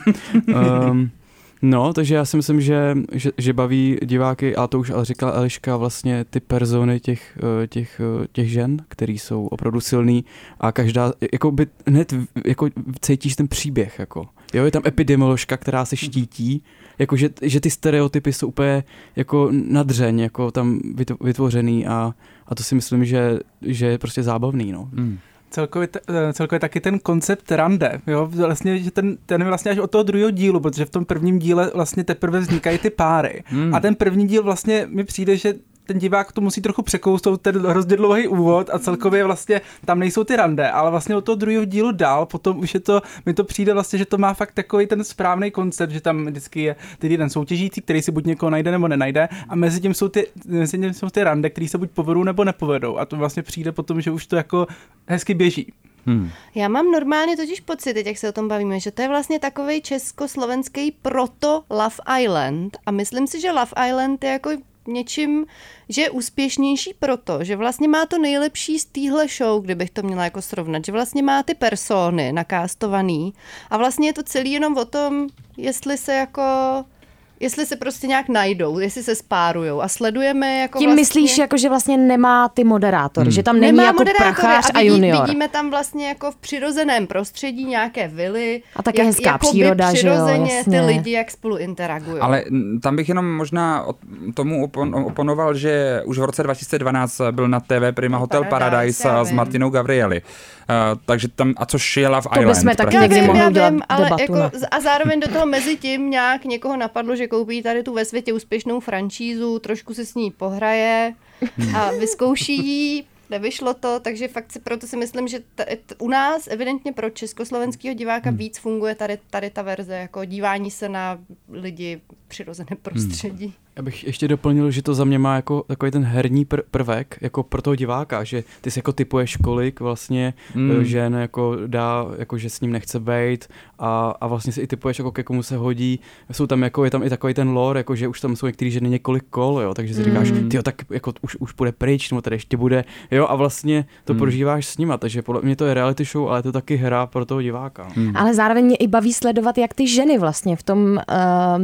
um, no, takže já si myslím, že, že, že baví diváky, a to už ale říkala Eliška, vlastně ty persony těch, těch, těch žen, který jsou opravdu silný a každá, jako by hned jako cítíš ten příběh, jako. Jo, je tam epidemioložka, která se štítí, jako že, že ty stereotypy jsou úplně jako nadřeň, jako tam vytvořený a, a to si myslím, že, že je prostě zábavný, no. Hmm. Celkově, celkově taky ten koncept rande, jo, vlastně, že ten, ten je vlastně až od toho druhého dílu, protože v tom prvním díle vlastně teprve vznikají ty páry. Hmm. A ten první díl vlastně mi přijde, že ten divák to musí trochu překousnout, ten hrozně dlouhý úvod a celkově vlastně tam nejsou ty rande, ale vlastně od toho druhého dílu dál, potom už je to, mi to přijde vlastně, že to má fakt takový ten správný koncept, že tam vždycky je ty jeden soutěžící, který si buď někoho najde nebo nenajde a mezi tím jsou ty, mezi tím jsou ty rande, který se buď povedou nebo nepovedou a to vlastně přijde potom, že už to jako hezky běží. Hmm. Já mám normálně totiž pocit, teď jak se o tom bavíme, že to je vlastně takovej československý proto Love Island a myslím si, že Love Island je jako něčím, že je úspěšnější proto, že vlastně má to nejlepší z téhle show, kdybych to měla jako srovnat, že vlastně má ty persony nakástovaný a vlastně je to celý jenom o tom, jestli se jako jestli se prostě nějak najdou, jestli se spárujou a sledujeme jako Tím vlastně... myslíš, jako, že vlastně nemá ty moderátory, hmm. že tam není nemá jako prachář a, vidí, a junior. Vidíme tam vlastně jako v přirozeném prostředí nějaké vily. A také jak, hezká příroda, že jo, přirozeně ty lidi, jak spolu interagují. Ale tam bych jenom možná tomu opon- oponoval, že už v roce dva tisíce dvanáct byl na T V Prima Hotel Paradise, Paradise s Martinou Gabrieli. Uh, takže tam, a což je Love to Island. To bychom taky někdy mohli udělat debatu. Jako, a zároveň do toho mezi tím nějak někoho napadlo, že koupí tady tu ve světě úspěšnou franšízu, trošku se s ní pohraje a vyzkouší ji, nevyšlo to, takže fakt si, proto si myslím, že t- t- u nás evidentně pro československého diváka hmm. víc funguje tady, tady ta verze, jako dívání se na lidi v přirozeném prostředí. Hmm. Já bych ještě doplnil, že to za mě má jako takový ten herní pr- prvek, jako pro toho diváka, že ty si jako typuješ, kolik vlastně mm. žen jako dá, jako že s ním nechce bejt a, a vlastně si i typuješ, jako ke komu se hodí. Jsou tam jako, je tam i takový ten lore, jako že už tam jsou některý ženy několik kol, jo, takže si říkáš, mm. tyjo, tak jako už, už půjde pryč, nebo tady ještě bude, jo, a vlastně to mm. prožíváš s nima, takže podle mě to je reality show, ale je to taky hra pro toho diváka. Mm. Ale zároveň mě i baví sledovat, jak ty ženy vlastně v tom uh,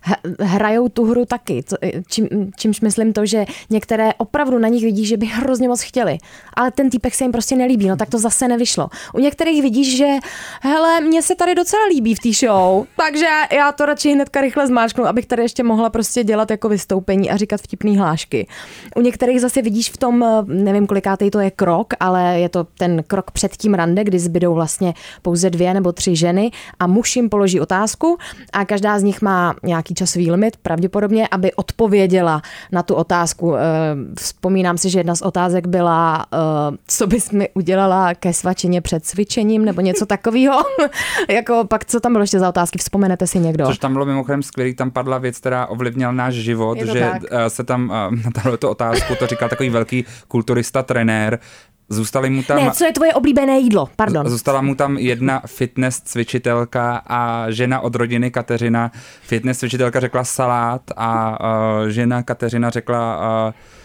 hrajou tu hru taky. Čím, čímž myslím to, že některé opravdu na nich vidí, že by hrozně moc chtěli, ale ten týpek se jim prostě nelíbí, no tak to zase nevyšlo. U některých vidíš, že hele, mně se tady docela líbí v té show, takže já to radši hnedka rychle zmáčknu, abych tady ještě mohla prostě dělat jako vystoupení a říkat vtipný hlášky. U některých zase vidíš v tom, nevím kolikátej to je krok, ale je to ten krok před tím rande, kdy zbydou vlastně pouze dvě nebo tři ženy a muž jim položí otázku a každá z nich má nějaký časový limit, pravděpodobně, aby odpověděla na tu otázku. Vzpomínám si, že jedna z otázek byla, co bys mi udělala ke svačině před cvičením, nebo něco takového. Jako pak, co tam bylo ještě za otázky, vzpomenete si někdo? Což tam bylo mimochodem skvělý, tam padla věc, která ovlivnila náš život, že tak. se tam na tato otázku, to říkal takový velký kulturista, trenér, zůstaly mu tam... Ne, co je tvoje oblíbené jídlo? Pardon. Zůstala mu tam jedna fitness cvičitelka a žena od rodiny Kateřina. Fitness cvičitelka řekla salát a uh, žena Kateřina řekla uh,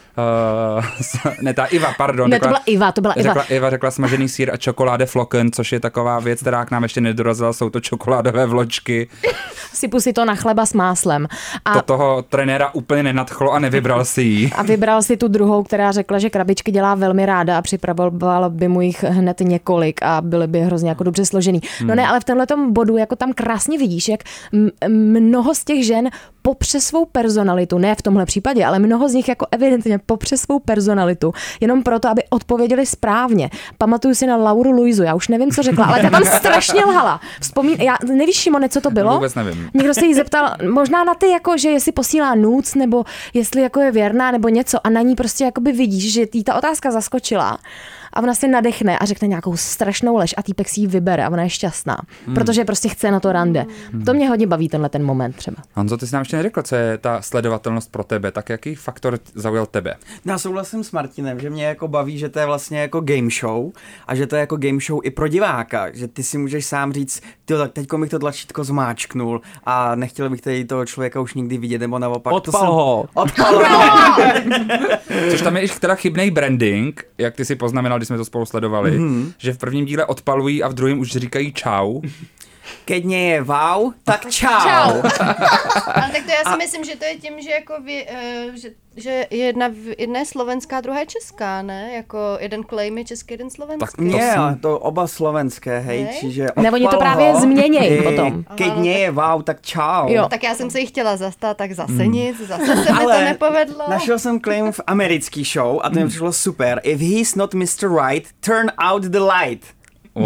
Uh, ne, ta Iva, pardon. Ne, řekla, to byla Iva, to byla Iva. Řekla Iva, řekla smažený sýr a čokoláde flocken, což je taková věc, která k nám ještě nedorazila, jsou to čokoládové vločky. Sypu si to na chleba s máslem. A to toho trenéra úplně nenadchlo a nevybral si ji. A vybral si tu druhou, která řekla, že krabičky dělá velmi ráda a připravoval by mu jich hned několik a byly by hrozně jako dobře složený. Hmm. No ne, ale v tomhletom bodu jako tam krásně vidíš, jak mnoho z těch žen popře svou personalitu, ne v tomhle případě, ale mnoho z nich jako evidentně popře svou personalitu, jenom proto, aby odpověděli správně. Pamatuju si na Lauru Luizu, já už nevím, co řekla, ale ta tam strašně lhala. Vzpomín, já nevíš, Šimone, co to bylo? Vůbec nevím. Někdo se jí zeptal, možná na ty, jako, že jestli posílá nudes, nebo jestli jako je věrná, nebo něco a na ní prostě jakoby vidíš, že jí ta otázka zaskočila a ona se nadechne a řekne nějakou strašnou lež a týpek si ji vybere a ona je šťastná, hmm. protože prostě chce na to rande. Hmm. To mě hodně baví tenhle ten moment třeba. Honzo, ty jsi nám ještě neřekl, co je ta sledovatelnost pro tebe, tak jaký faktor zaujal tebe? Já souhlasím s Martinem, že mě jako baví, že to je vlastně jako game show a že to je jako game show i pro diváka, že ty si můžeš sám říct, tyjo, tak teďko bych to tlačítko zmáčknul a nechtěl bych tady toho člověka už nikdy vidět, nebo naopak. Odpal to ho. Odpal ho. Což tam je teda chybnej branding, jak ty si poznamenal, když jsme to spolu sledovali, mm-hmm. že v prvním díle odpalují a v druhém už říkají čau. Keď nie je wow, tak čau. čau. Ale tak to já si a... myslím, že to je tím, že jako vy, uh, že, že jedna, jedna je slovenská, druhá je česká, ne? Jako jeden claim je český, jeden slovenský. Tak nie, ale to oba slovenské, hej, hej? Čiže ne, oni to právě změnějí potom. Keď nie je wow, tak čau. Jo. Tak já jsem se jí chtěla zastat, tak zase mm. nic, zase se mi to nepovedlo. Našel jsem claim v americký show a to mi přišlo super. If he's not mister Right, turn out the light. Wow.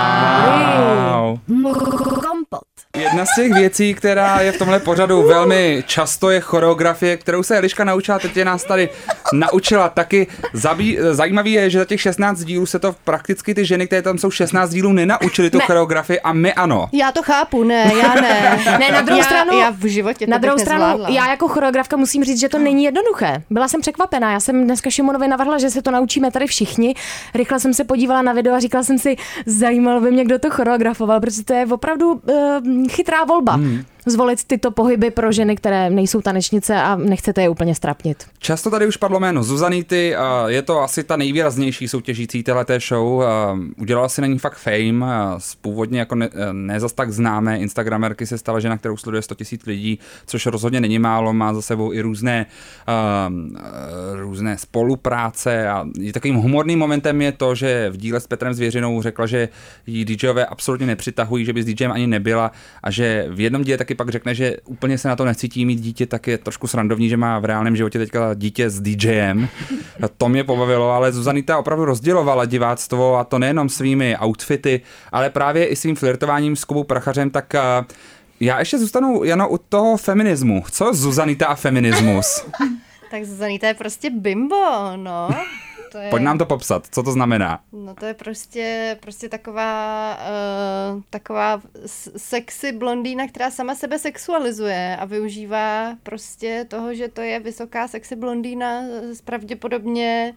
wow. Kompot. Jedna z těch věcí, která je v tomhle pořadu velmi často, je choreografie, kterou se Eliška naučila, teď je nás tady naučila taky. Zabí, zajímavý je, že za těch šestnáct dílů se to prakticky ty ženy, které tam jsou šestnáct dílů, nenaučily tu ne. choreografii a my ano. Já to chápu, ne, já ne. ne, na druhou já, stranu, já v životě to na druhou stranu, nezvládla. já jako choreografka musím říct, že to není jednoduché. Byla jsem překvapená, já jsem dneska Šimonovi navrhla, že se to naučíme tady všichni. Rychle jsem se podívala na video a říkala jsem si, zajímalo by mě, kdo to choreografoval, protože to je opravdu uh, chytrá volba. Hmm. Zvolit tyto pohyby pro ženy, které nejsou tanečnice a nechcete je úplně strapnit. Často tady už padlo jméno Zuzanity, je to asi ta nejvýraznější soutěžící téhleté show. Udělala si na ní fakt fame, z původně jako ne, ne zas tak známé instagramerky se stala žena, kterou sleduje sto tisíc lidí, což rozhodně není málo, má za sebou i různé, uh, různé spolupráce a takovým humorným momentem je to, že v díle s Petrem Zvěřinou řekla, že jí DJové absolutně nepřitahují, že by s DJem ani nebyla a že v jednom díle taky pak řekne, že úplně se na to necítí mít dítě, tak je trošku srandovní, že má v reálném životě teďka dítě s DJem. To mě pobavilo, ale Zuzanita opravdu rozdělovala diváctvo a to nejenom svými outfity, ale právě i svým flirtováním s Kubou Prachařem, tak já ještě zůstanu, Jano, u toho feminismu. Co Zuzanita a feminismus? Tak Zuzanita je prostě bimbo, no. To je... Pojď nám to popsat, co to znamená? No to je prostě, prostě taková, uh, taková sexy blondýna, která sama sebe sexualizuje a využívá prostě toho, že to je vysoká sexy blondýna z pravděpodobně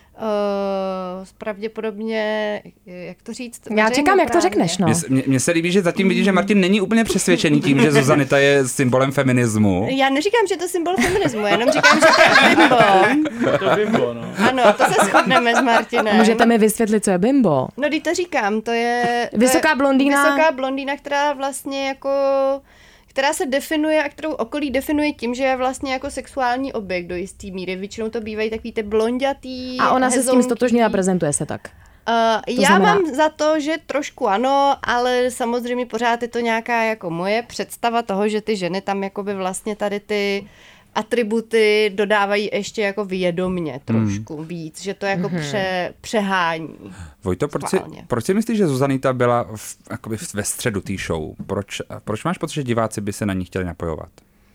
Uh, pravděpodobně, jak to říct? Já čekám, jak to řekneš, no. Mně se líbí, že zatím vidíš, že Martin není úplně přesvědčený tím, že Zuzanita je symbolem feminismu. Já neříkám, že to je symbol feminismu, já jenom říkám, že to je bimbo. To je bimbo, no. Ano, to se shodneme s Martinem. Můžete mi vysvětlit, co je bimbo? No, když to říkám, to je... Vysoká to je blondýna. Vysoká blondýna, která vlastně jako... která se definuje a kterou okolí definuje tím, že je vlastně jako sexuální objekt do jistý míry. Většinou to bývají takový ty blondětý, a ona hezounký. Se s tím stotožňuje a prezentuje se tak. Uh, já znamená... mám za to, že trošku ano, ale samozřejmě pořád je to nějaká jako moje představa toho, že ty ženy tam jakoby vlastně tady ty atributy dodávají ještě jako vědomně trošku hmm. víc, že to jako hmm. pře, přehání. Vojto, proč si, proč si myslíš, že Zuzanita byla v, jakoby ve středu té show? Proč, proč máš pocit, že diváci by se na ní chtěli napojovat?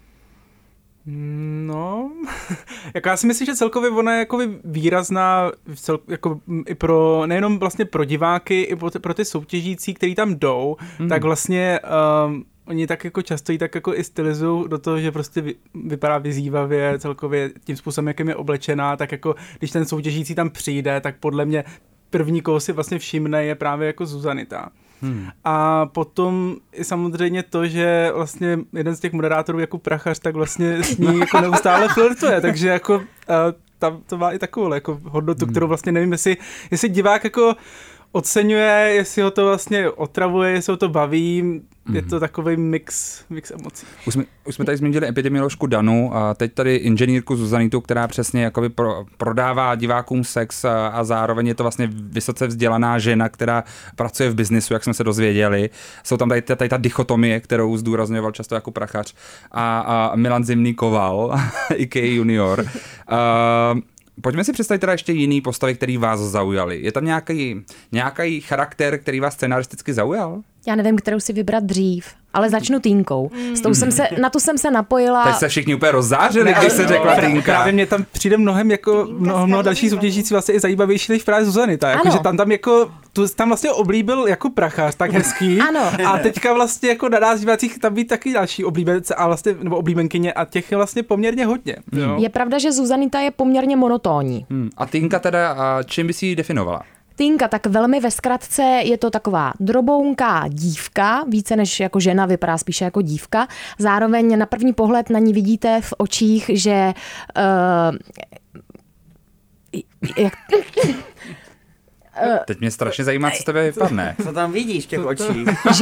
No, jako já si myslím, že celkově ona je jako výrazná cel, jako i pro, nejenom vlastně pro diváky, i pro ty, pro ty soutěžící, který tam jdou, hmm. tak vlastně um, oni tak jako často jí tak jako i stylizují do toho, že prostě vy, vypadá vyzývavě celkově tím způsobem, jakým je oblečená, tak jako když ten soutěžící tam přijde, tak podle mě první, koho si vlastně všimne, je právě jako Zuzanita. Hmm. A potom i samozřejmě to, že vlastně jeden z těch moderátorů jako Prachař, tak vlastně s ní jako neustále flirtuje, takže jako uh, tam to má i takovou jako hodnotu, hmm. kterou vlastně nevím, jestli, jestli divák jako oceňuje, jestli ho to vlastně otravuje, jestli ho to baví, mm. je to takový mix, mix emocí. Už jsme, už jsme tady zmínili epidemioložku Danu a teď tady inženýrku Zuzanitu, která přesně jakoby pro, prodává divákům sex a, a zároveň je to vlastně vysoce vzdělaná žena, která pracuje v biznisu, jak jsme se dozvěděli. Jsou tam tady, tady ta dichotomie, kterou zdůrazňoval často jako Prachař a, a Milan Zimný Koval, I K junior. Uh, Pojďme si představit teda ještě jiný postavy, který vás zaujaly. Je tam nějaký, nějaký charakter, který vás scenaristicky zaujal? Já nevím, kterou si vybrat dřív, ale začnu Týnkou. S tou jsem se, na tu jsem se napojila. Teď se všichni úplně rozzářili, když se řekla Týnka. Právě mě tam přijde mnohem jako mnoho, mnoho dalších soutěžící vlastně i zajímavější než právě Zuzanita. Jako, že tam tam jako, tu tam vlastně oblíbil jako Prachař, tak hezký. Ano. A teďka vlastně jako na nás divácích tam být taky další oblíbenci a vlastně, nebo oblíbenkyně a těch je vlastně poměrně hodně. Hmm. Je pravda, že Zuzanita je poměrně monotónní. Hmm. A Týnka teda, a čím by si ji definovala? Týnka, tak velmi ve zkratce je to taková drobounká dívka, více než jako žena, vypadá spíše jako dívka. Zároveň na první pohled na ní vidíte v očích, že... Uh, jak... Teď mě strašně zajímá, co tebe vypadne. Co tam vidíš v těch očích? Že...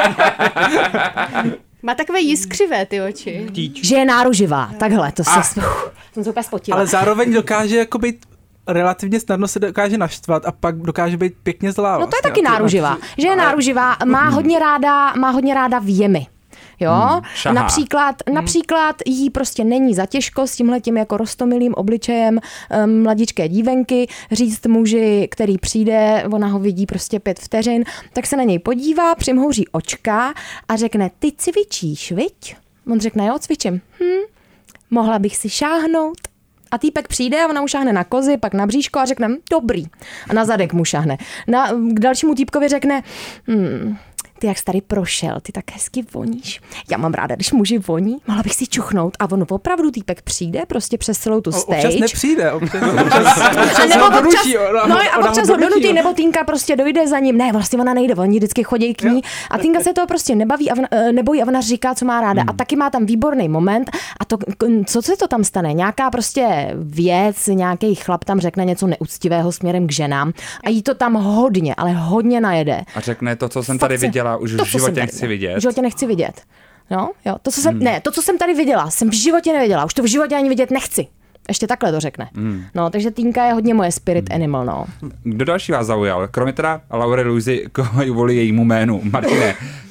Má takové jiskřivé ty oči. Že je náruživá, takhle, to se... Ah. Jsem se úplně spotila. Ale zároveň dokáže jako být relativně snadno se dokáže naštvat a pak dokáže být pěkně zlá. No to je vlastně. taky náruživá. Že je ale... náruživá, má hodně ráda, má hodně ráda vjemy. Jo, hmm, například, hmm. například jí prostě není zatěžko s tímhletím jako roztomilým obličejem um, mladičké dívenky říct muži, který přijde, ona ho vidí prostě pět vteřin, tak se na něj podívá, přimhouří očka a řekne, ty cvičíš, viď? On řekne, jo, cvičím. Hm, mohla bych si šáhnout? A týpek přijde a ona mu šáhne na kozy, pak na bříško a řekne, dobrý. A na zadek mu šáhne. Na, k dalšímu týpkovi řekne, hm, ty jak jsi tady prošel, ty tak hezky voníš. Já mám ráda, když muži voní, mohla bych si čuchnout. A on opravdu týpek přijde prostě přes celou tu stage. Občas nepřijde. Občas, občas, občas a nebo ho občas, donutí, ona, no a ona občas ho donutí, nebo Týnka prostě dojde za ním. Ne, vlastně ona nejde, oni vždycky chodí k ní. A Týnka se toho prostě nebaví a ona, nebojí a ona říká, co má ráda. Hmm. A taky má tam výborný moment. A to, co se to tam stane? Nějaká prostě věc, nějaký chlap tam řekne něco neúctivého směrem k ženám. A jí to tam hodně, ale hodně najede. A řekne to, co jsem tady viděla, už v životě nechci vidět. V životě nechci vidět. No, jo, to, co jsem, hmm. ne, to, co jsem tady viděla, jsem v životě neviděla, už to v životě ani vidět nechci. Ještě takhle to řekne. Hmm. No, takže Týnka je hodně moje spirit hmm. animal, no. Kdo další vás zaujal? Kromě teda Laury Luizy kvůli jejímu jménu. Martine.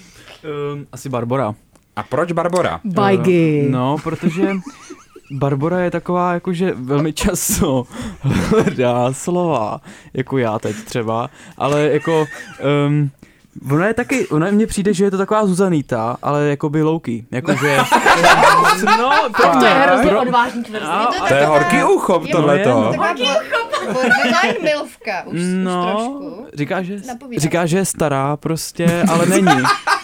um, asi Barbora. A proč Barbora? Bajgy. Uh, no, protože Barbora je taková, jakože velmi často hledá slova, jako já teď třeba, ale jako... Um, Ona je taky, ona mně přijde, že je to taková Zuzanita, ale jako by low-key. Jakože... no, to, to je hrozně odvážný tvrzení. To je horký uchop tohleto. Horký uchop. Borderline milvka už, no, už trošku. Říká, že, říká, že je stará prostě, ale není.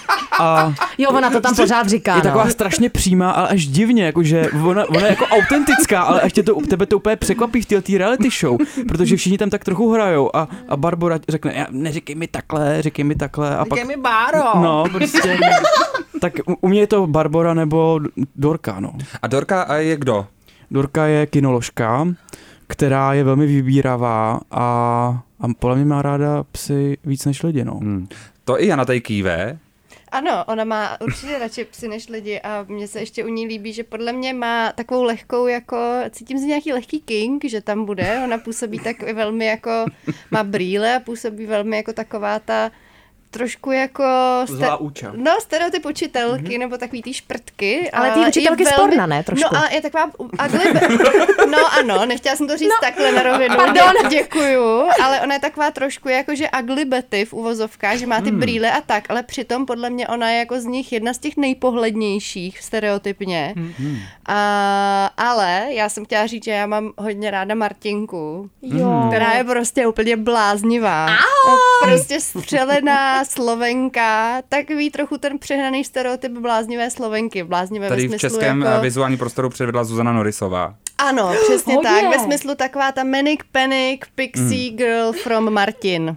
A jo, ona to tam pořád říká. Je no. taková strašně přímá, ale až divně, jakože ona, ona je jako autentická, ale až tě to, tebe to úplně překvapí v této reality show, protože všichni tam tak trochu hrajou a, a Barbora řekne, já, neříkej mi takhle, říkej mi takhle. A říkej pak, mi Báro. No, prostě. Tak u, u mě je to Barbora nebo Dorka, no. A Dorka je kdo? Dorka je kinoložka, která je velmi vybíravá a, a podle mě má ráda psy víc než lidi, no. Hmm. To i Jana tady kýve. Ano, ona má určitě radši psy než lidi a mně se ještě u ní líbí, že podle mě má takovou lehkou jako, cítím si nějaký lehký king, že tam bude, ona působí tak velmi jako, má brýle a působí velmi jako taková ta trošku jako... Zlá úča. No, stereotyp učitelky, mm-hmm. nebo takový ty šprtky. Ale ty učitelky velmi, sporna, ne? Trošku. No a je taková ugly... No ano, nechtěla jsem to říct no. takhle na rovinu. Pardon. Děkuju, ale ona je taková trošku jako, že ugly Betty v uvozovkách, že má ty hmm. brýle a tak, ale přitom podle mě ona je jako z nich jedna z těch nejpohlednějších stereotypně. Hmm. A, ale já jsem chtěla říct, že já mám hodně ráda Martinku, jo. která je prostě úplně bláznivá. Ahoj. Prostě střelená Slovenka, takový trochu ten přehnaný stereotyp bláznivé Slovenky. Bláznivé tady ve smyslu v českém jako... vizuálním prostoru předvedla Zuzana Norisová. Ano, přesně Hodně. tak. Ve smyslu taková ta Manic Panic Pixie mm. Girl from Martin.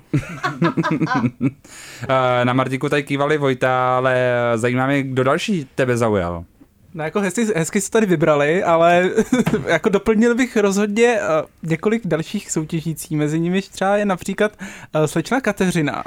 Na Martinku tady kývali Vojta, ale zajímá mě, kdo další tebe zaujal. No jako hezky, hezky se tady vybrali, ale jako doplnil bych rozhodně uh, několik dalších soutěžící, mezi nimi třeba je například uh, slečna Kateřina.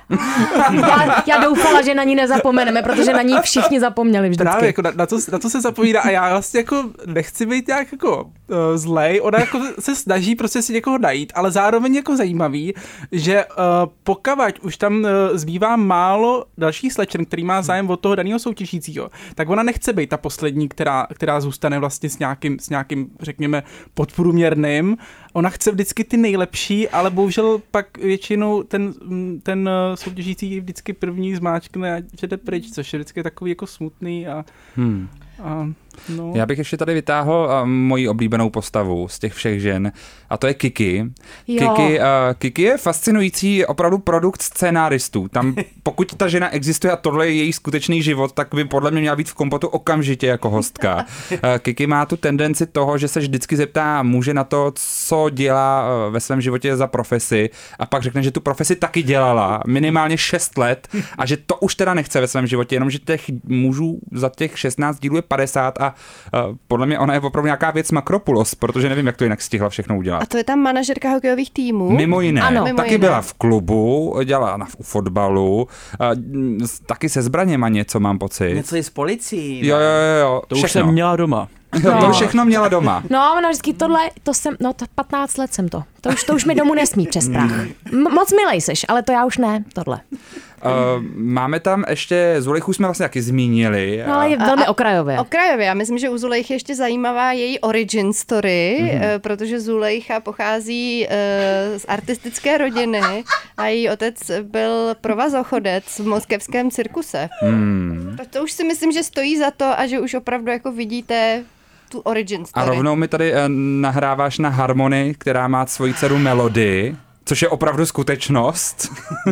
Já, já doufala, že na ní nezapomeneme, protože na ní všichni zapomněli vždycky. Právě, jako na, na, to, na to se zapomíná a já vlastně jako nechci být nějak jako uh, zlej, ona jako se snaží prostě si někoho najít, ale zároveň jako zajímavý, že uh, pokavať už tam uh, zbývá málo dalších slečen, který má zájem od toho daného soutěžícího, tak ona nechce být ta poslední, která, která zůstane vlastně s nějakým, s nějakým, řekněme, podprůměrným. Ona chce vždycky ty nejlepší, ale bohužel pak většinou ten, ten soutěžící vždycky první zmáčkne a jde pryč, což je vždycky takový jako smutný a... Hmm. a no. Já bych ještě tady vytáhl uh, moji oblíbenou postavu z těch všech žen a to je Kiki. Kiki, uh, Kiki je fascinující opravdu produkt scénáristů. Tam pokud ta žena existuje a tohle je její skutečný život, tak by podle mě měla být v Kompotu okamžitě jako hostka. Uh, Kiki má tu tendenci toho, že se vždycky zeptá muže na to, co dělá uh, ve svém životě za profesi a pak řekne, že tu profesi taky dělala minimálně šest let a že to už teda nechce ve svém životě, jenomže těch mužů za těch šestnáct dílů je padesát a uh, podle mě ona je opravdu nějaká věc Makropulos, protože nevím, jak to jinak stihla všechno udělat. A to je tam manažerka hokejových týmů? Mimo jiné. Ano. Taky Mimo jiné. byla v klubu, dělala na, u fotbalu, uh, taky se zbraněma něco mám pocit. Něco i s policií. Jo, jo, jo. To už všechno. jsem měla doma. No. To všechno měla doma. No, ona vždycky tohle, to jsem, no to patnáct let jsem to. To už, to už mi domů nesmí přes prach. M- moc milej seš, ale to já už ne, tohle. Uh, máme tam ještě, Zulejchu jsme vlastně taky zmínili. No, ale je velmi A- okrajově. Okrajově. Já myslím, že u Zulejchy ještě zajímavá její origin story, mm-hmm. protože Zulejcha pochází uh, z artistické rodiny a její otec byl provazochodec v moskevském cirkuse. Mm. To, to už si myslím, že stojí za to a že už opravdu jako vidíte tu origin story. A rovnou mi tady uh, nahráváš na harmonii, která má svoji dceru Melody, což je opravdu skutečnost.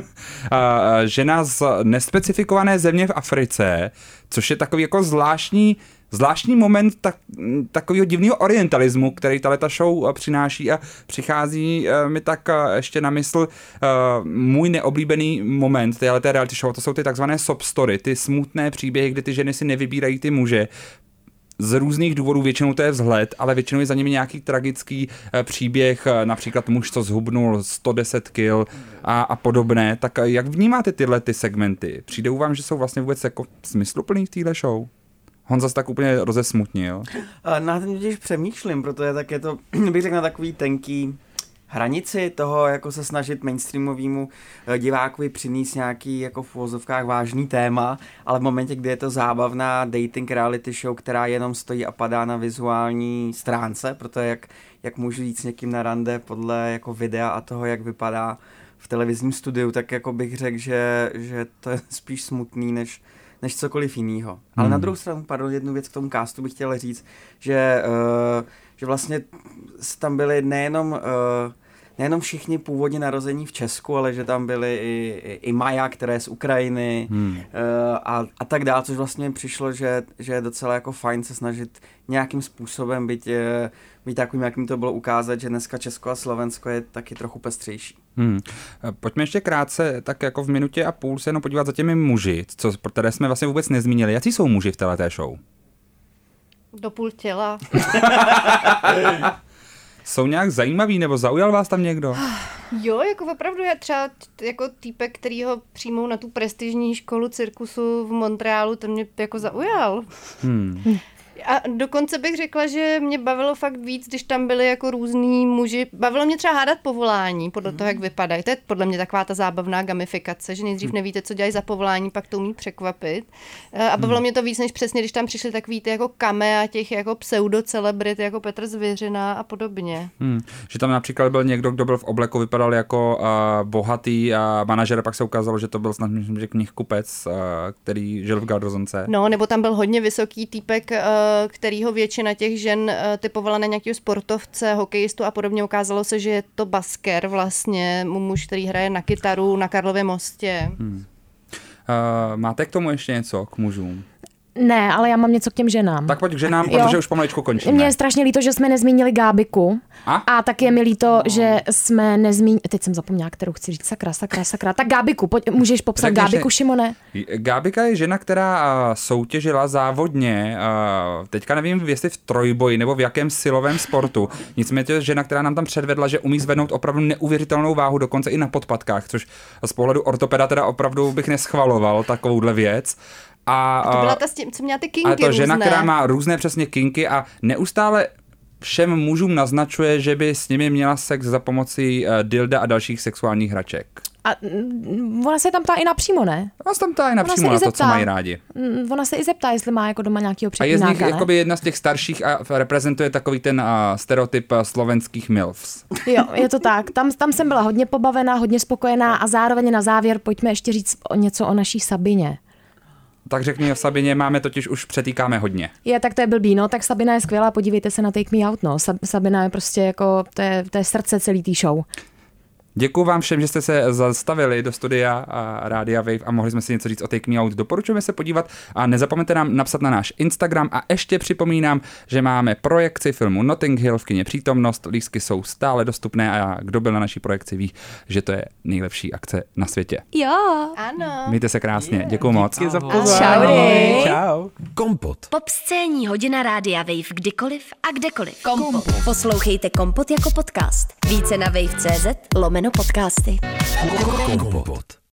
Žena z nespecifikované země v Africe, což je takový jako zvláštní, zvláštní moment tak, takového divného orientalismu, který tato show přináší a přichází mi tak ještě na mysl můj neoblíbený moment téhleté reality show, to jsou ty takzvané sob story, ty smutné příběhy, kdy ty ženy si nevybírají ty muže, z různých důvodů, většinou to je vzhled, ale většinou je za nimi nějaký tragický e, příběh, e, například muž, co zhubnul sto deset kil a, a podobné. Tak e, jak vnímáte tyhle ty segmenty? Přijde vám, že jsou vlastně vůbec jako smysluplný v téhle show? Honza se tak úplně rozesmutnil. Na tím totiž přemýšlím, protože tak je to, bych řekl, na takový tenký hranici toho, jako se snažit mainstreamovému divákovi přinést nějaký jako v uvozovkách vážný téma, ale v momentě, kdy je to zábavná dating reality show, která jenom stojí a padá na vizuální stránce, protože jak, jak můžu jít s někým na rande podle jako videa a toho, jak vypadá v televizním studiu, tak jako bych řekl, že, že to je spíš smutný, než než cokoliv jinýho. Hmm. Ale na druhou stranu, pardon, jednu věc k tomu castu bych chtěl říct, že, uh, že vlastně tam byli nejenom, uh, nejenom všichni původně narození v Česku, ale že tam byli i, i, i Maja, která je z Ukrajiny hmm. uh, a, a tak dále, což vlastně přišlo, že, že je docela jako fajn se snažit nějakým způsobem být, být takovým, jakým to bylo ukázat, že dneska Česko a Slovensko je taky trochu pestřejší. Hmm. Pojďme ještě krátce, tak jako v minutě a půl se jenom podívat za těmi muži, co, které jsme vlastně vůbec nezmínili. Jaký jsou muži v této show? Do půl těla. Jsou nějak zajímaví, nebo zaujal vás tam někdo? Jo, jako opravdu je třeba t- jako týpek, který ho přijmou na tu prestižní školu cirkusu v Montrealu, ten mě jako zaujal. Hmm. A dokonce bych řekla, že mě bavilo fakt víc, když tam byli jako různý muži. Bavilo mě třeba hádat povolání, podle toho, jak vypadají. To je podle mě taková ta zábavná gamifikace, že nejdřív nevíte, co dělají za povolání, pak to umí překvapit. A bavilo mě to víc, než přesně, když tam přišli takový ty jako kamea těch jako pseudo-celebrit, jako Petr Zvěřina a podobně. Hmm. Že tam například byl někdo, kdo byl v obleku, vypadal jako uh, bohatý a manažer, pak se ukázalo, že to byl snad knihkupec, uh, který žil v Gardozonce. No, nebo tam byl hodně vysoký týpek, uh, kterýho většina těch žen typovala na nějakého sportovce, hokejistu a podobně. Ukázalo se, že je to basker vlastně, muž, který hraje na kytaru na Karlově mostě. Hmm. Uh, máte k tomu ještě něco, k mužům? Ne, ale já mám něco k těm ženám. Tak pojď k ženám, protože už pomalečku končíme. Mně je strašně líto, že jsme nezmínili Gábiku. A? A tak je mi líto, že jsme nezmínili... Teď jsem zapomněla, kterou chci říct. Sakra, sakra, sakra. Tak Gábiku, pojď, můžeš popsat Řekneš, Gábiku, Šimone? Gábika je žena, která uh, soutěžila závodně, uh, teďka nevím, jestli v trojboji nebo v jakém silovém sportu. Nicméně to je žena, která nám tam předvedla, že umí zvednout opravdu neuvěřitelnou váhu, dokonce i na podpatkách, což z pohledu ortopeda teda opravdu bych neschvaloval takovouhle věc. A, a to byla ta s tím, co měla ty kinky A to žena, různé. která má různé přesně kinky a neustále všem mužům naznačuje, že by s nimi měla sex za pomocí uh, dilda a dalších sexuálních hraček. A ona se tam ptá i napřímo, ne? Ona se tam ptá i napřímo na to, co mají rádi. Ona se i zeptá, jestli má jako doma nějakýho A je z přepínáka, nich jakoby jedna z těch starších a reprezentuje takový ten uh, stereotyp uh, slovenských milfs. Jo, je to tak. Tam, tam jsem byla hodně pobavená, hodně spokojená a zároveň na závěr pojďme ještě říct o něco o naší Sabině. Tak řekni o Sabině, máme totiž už přetýkáme hodně. Je, tak to je blbý, no, tak Sabina je skvělá, podívejte se na Take Me Out, no. Sabina je prostě jako, to je, to je srdce celý tý show. Děkuji vám všem, že jste se zastavili do studia a Rádia Wave a mohli jsme si něco říct o Take Me Out. Doporučujeme se podívat a nezapomeňte nám napsat na náš Instagram a ještě připomínám, že máme projekci filmu Notting Hill v kině Přítomnost. Lístky jsou stále dostupné a kdo byl na naší projekci ví, že to je nejlepší akce na světě. Jo. Ano. Mějte se krásně, děkuji moc. Díky za pozvání. Čaudy. Čau. Kompot. Popscénní hodina Rádia Wave kdykoliv a kdekoliv. Kompot. Poslouchejte Kompot jako podcast. Více na wave tečka cé zet lomeno podcasty. Kompot.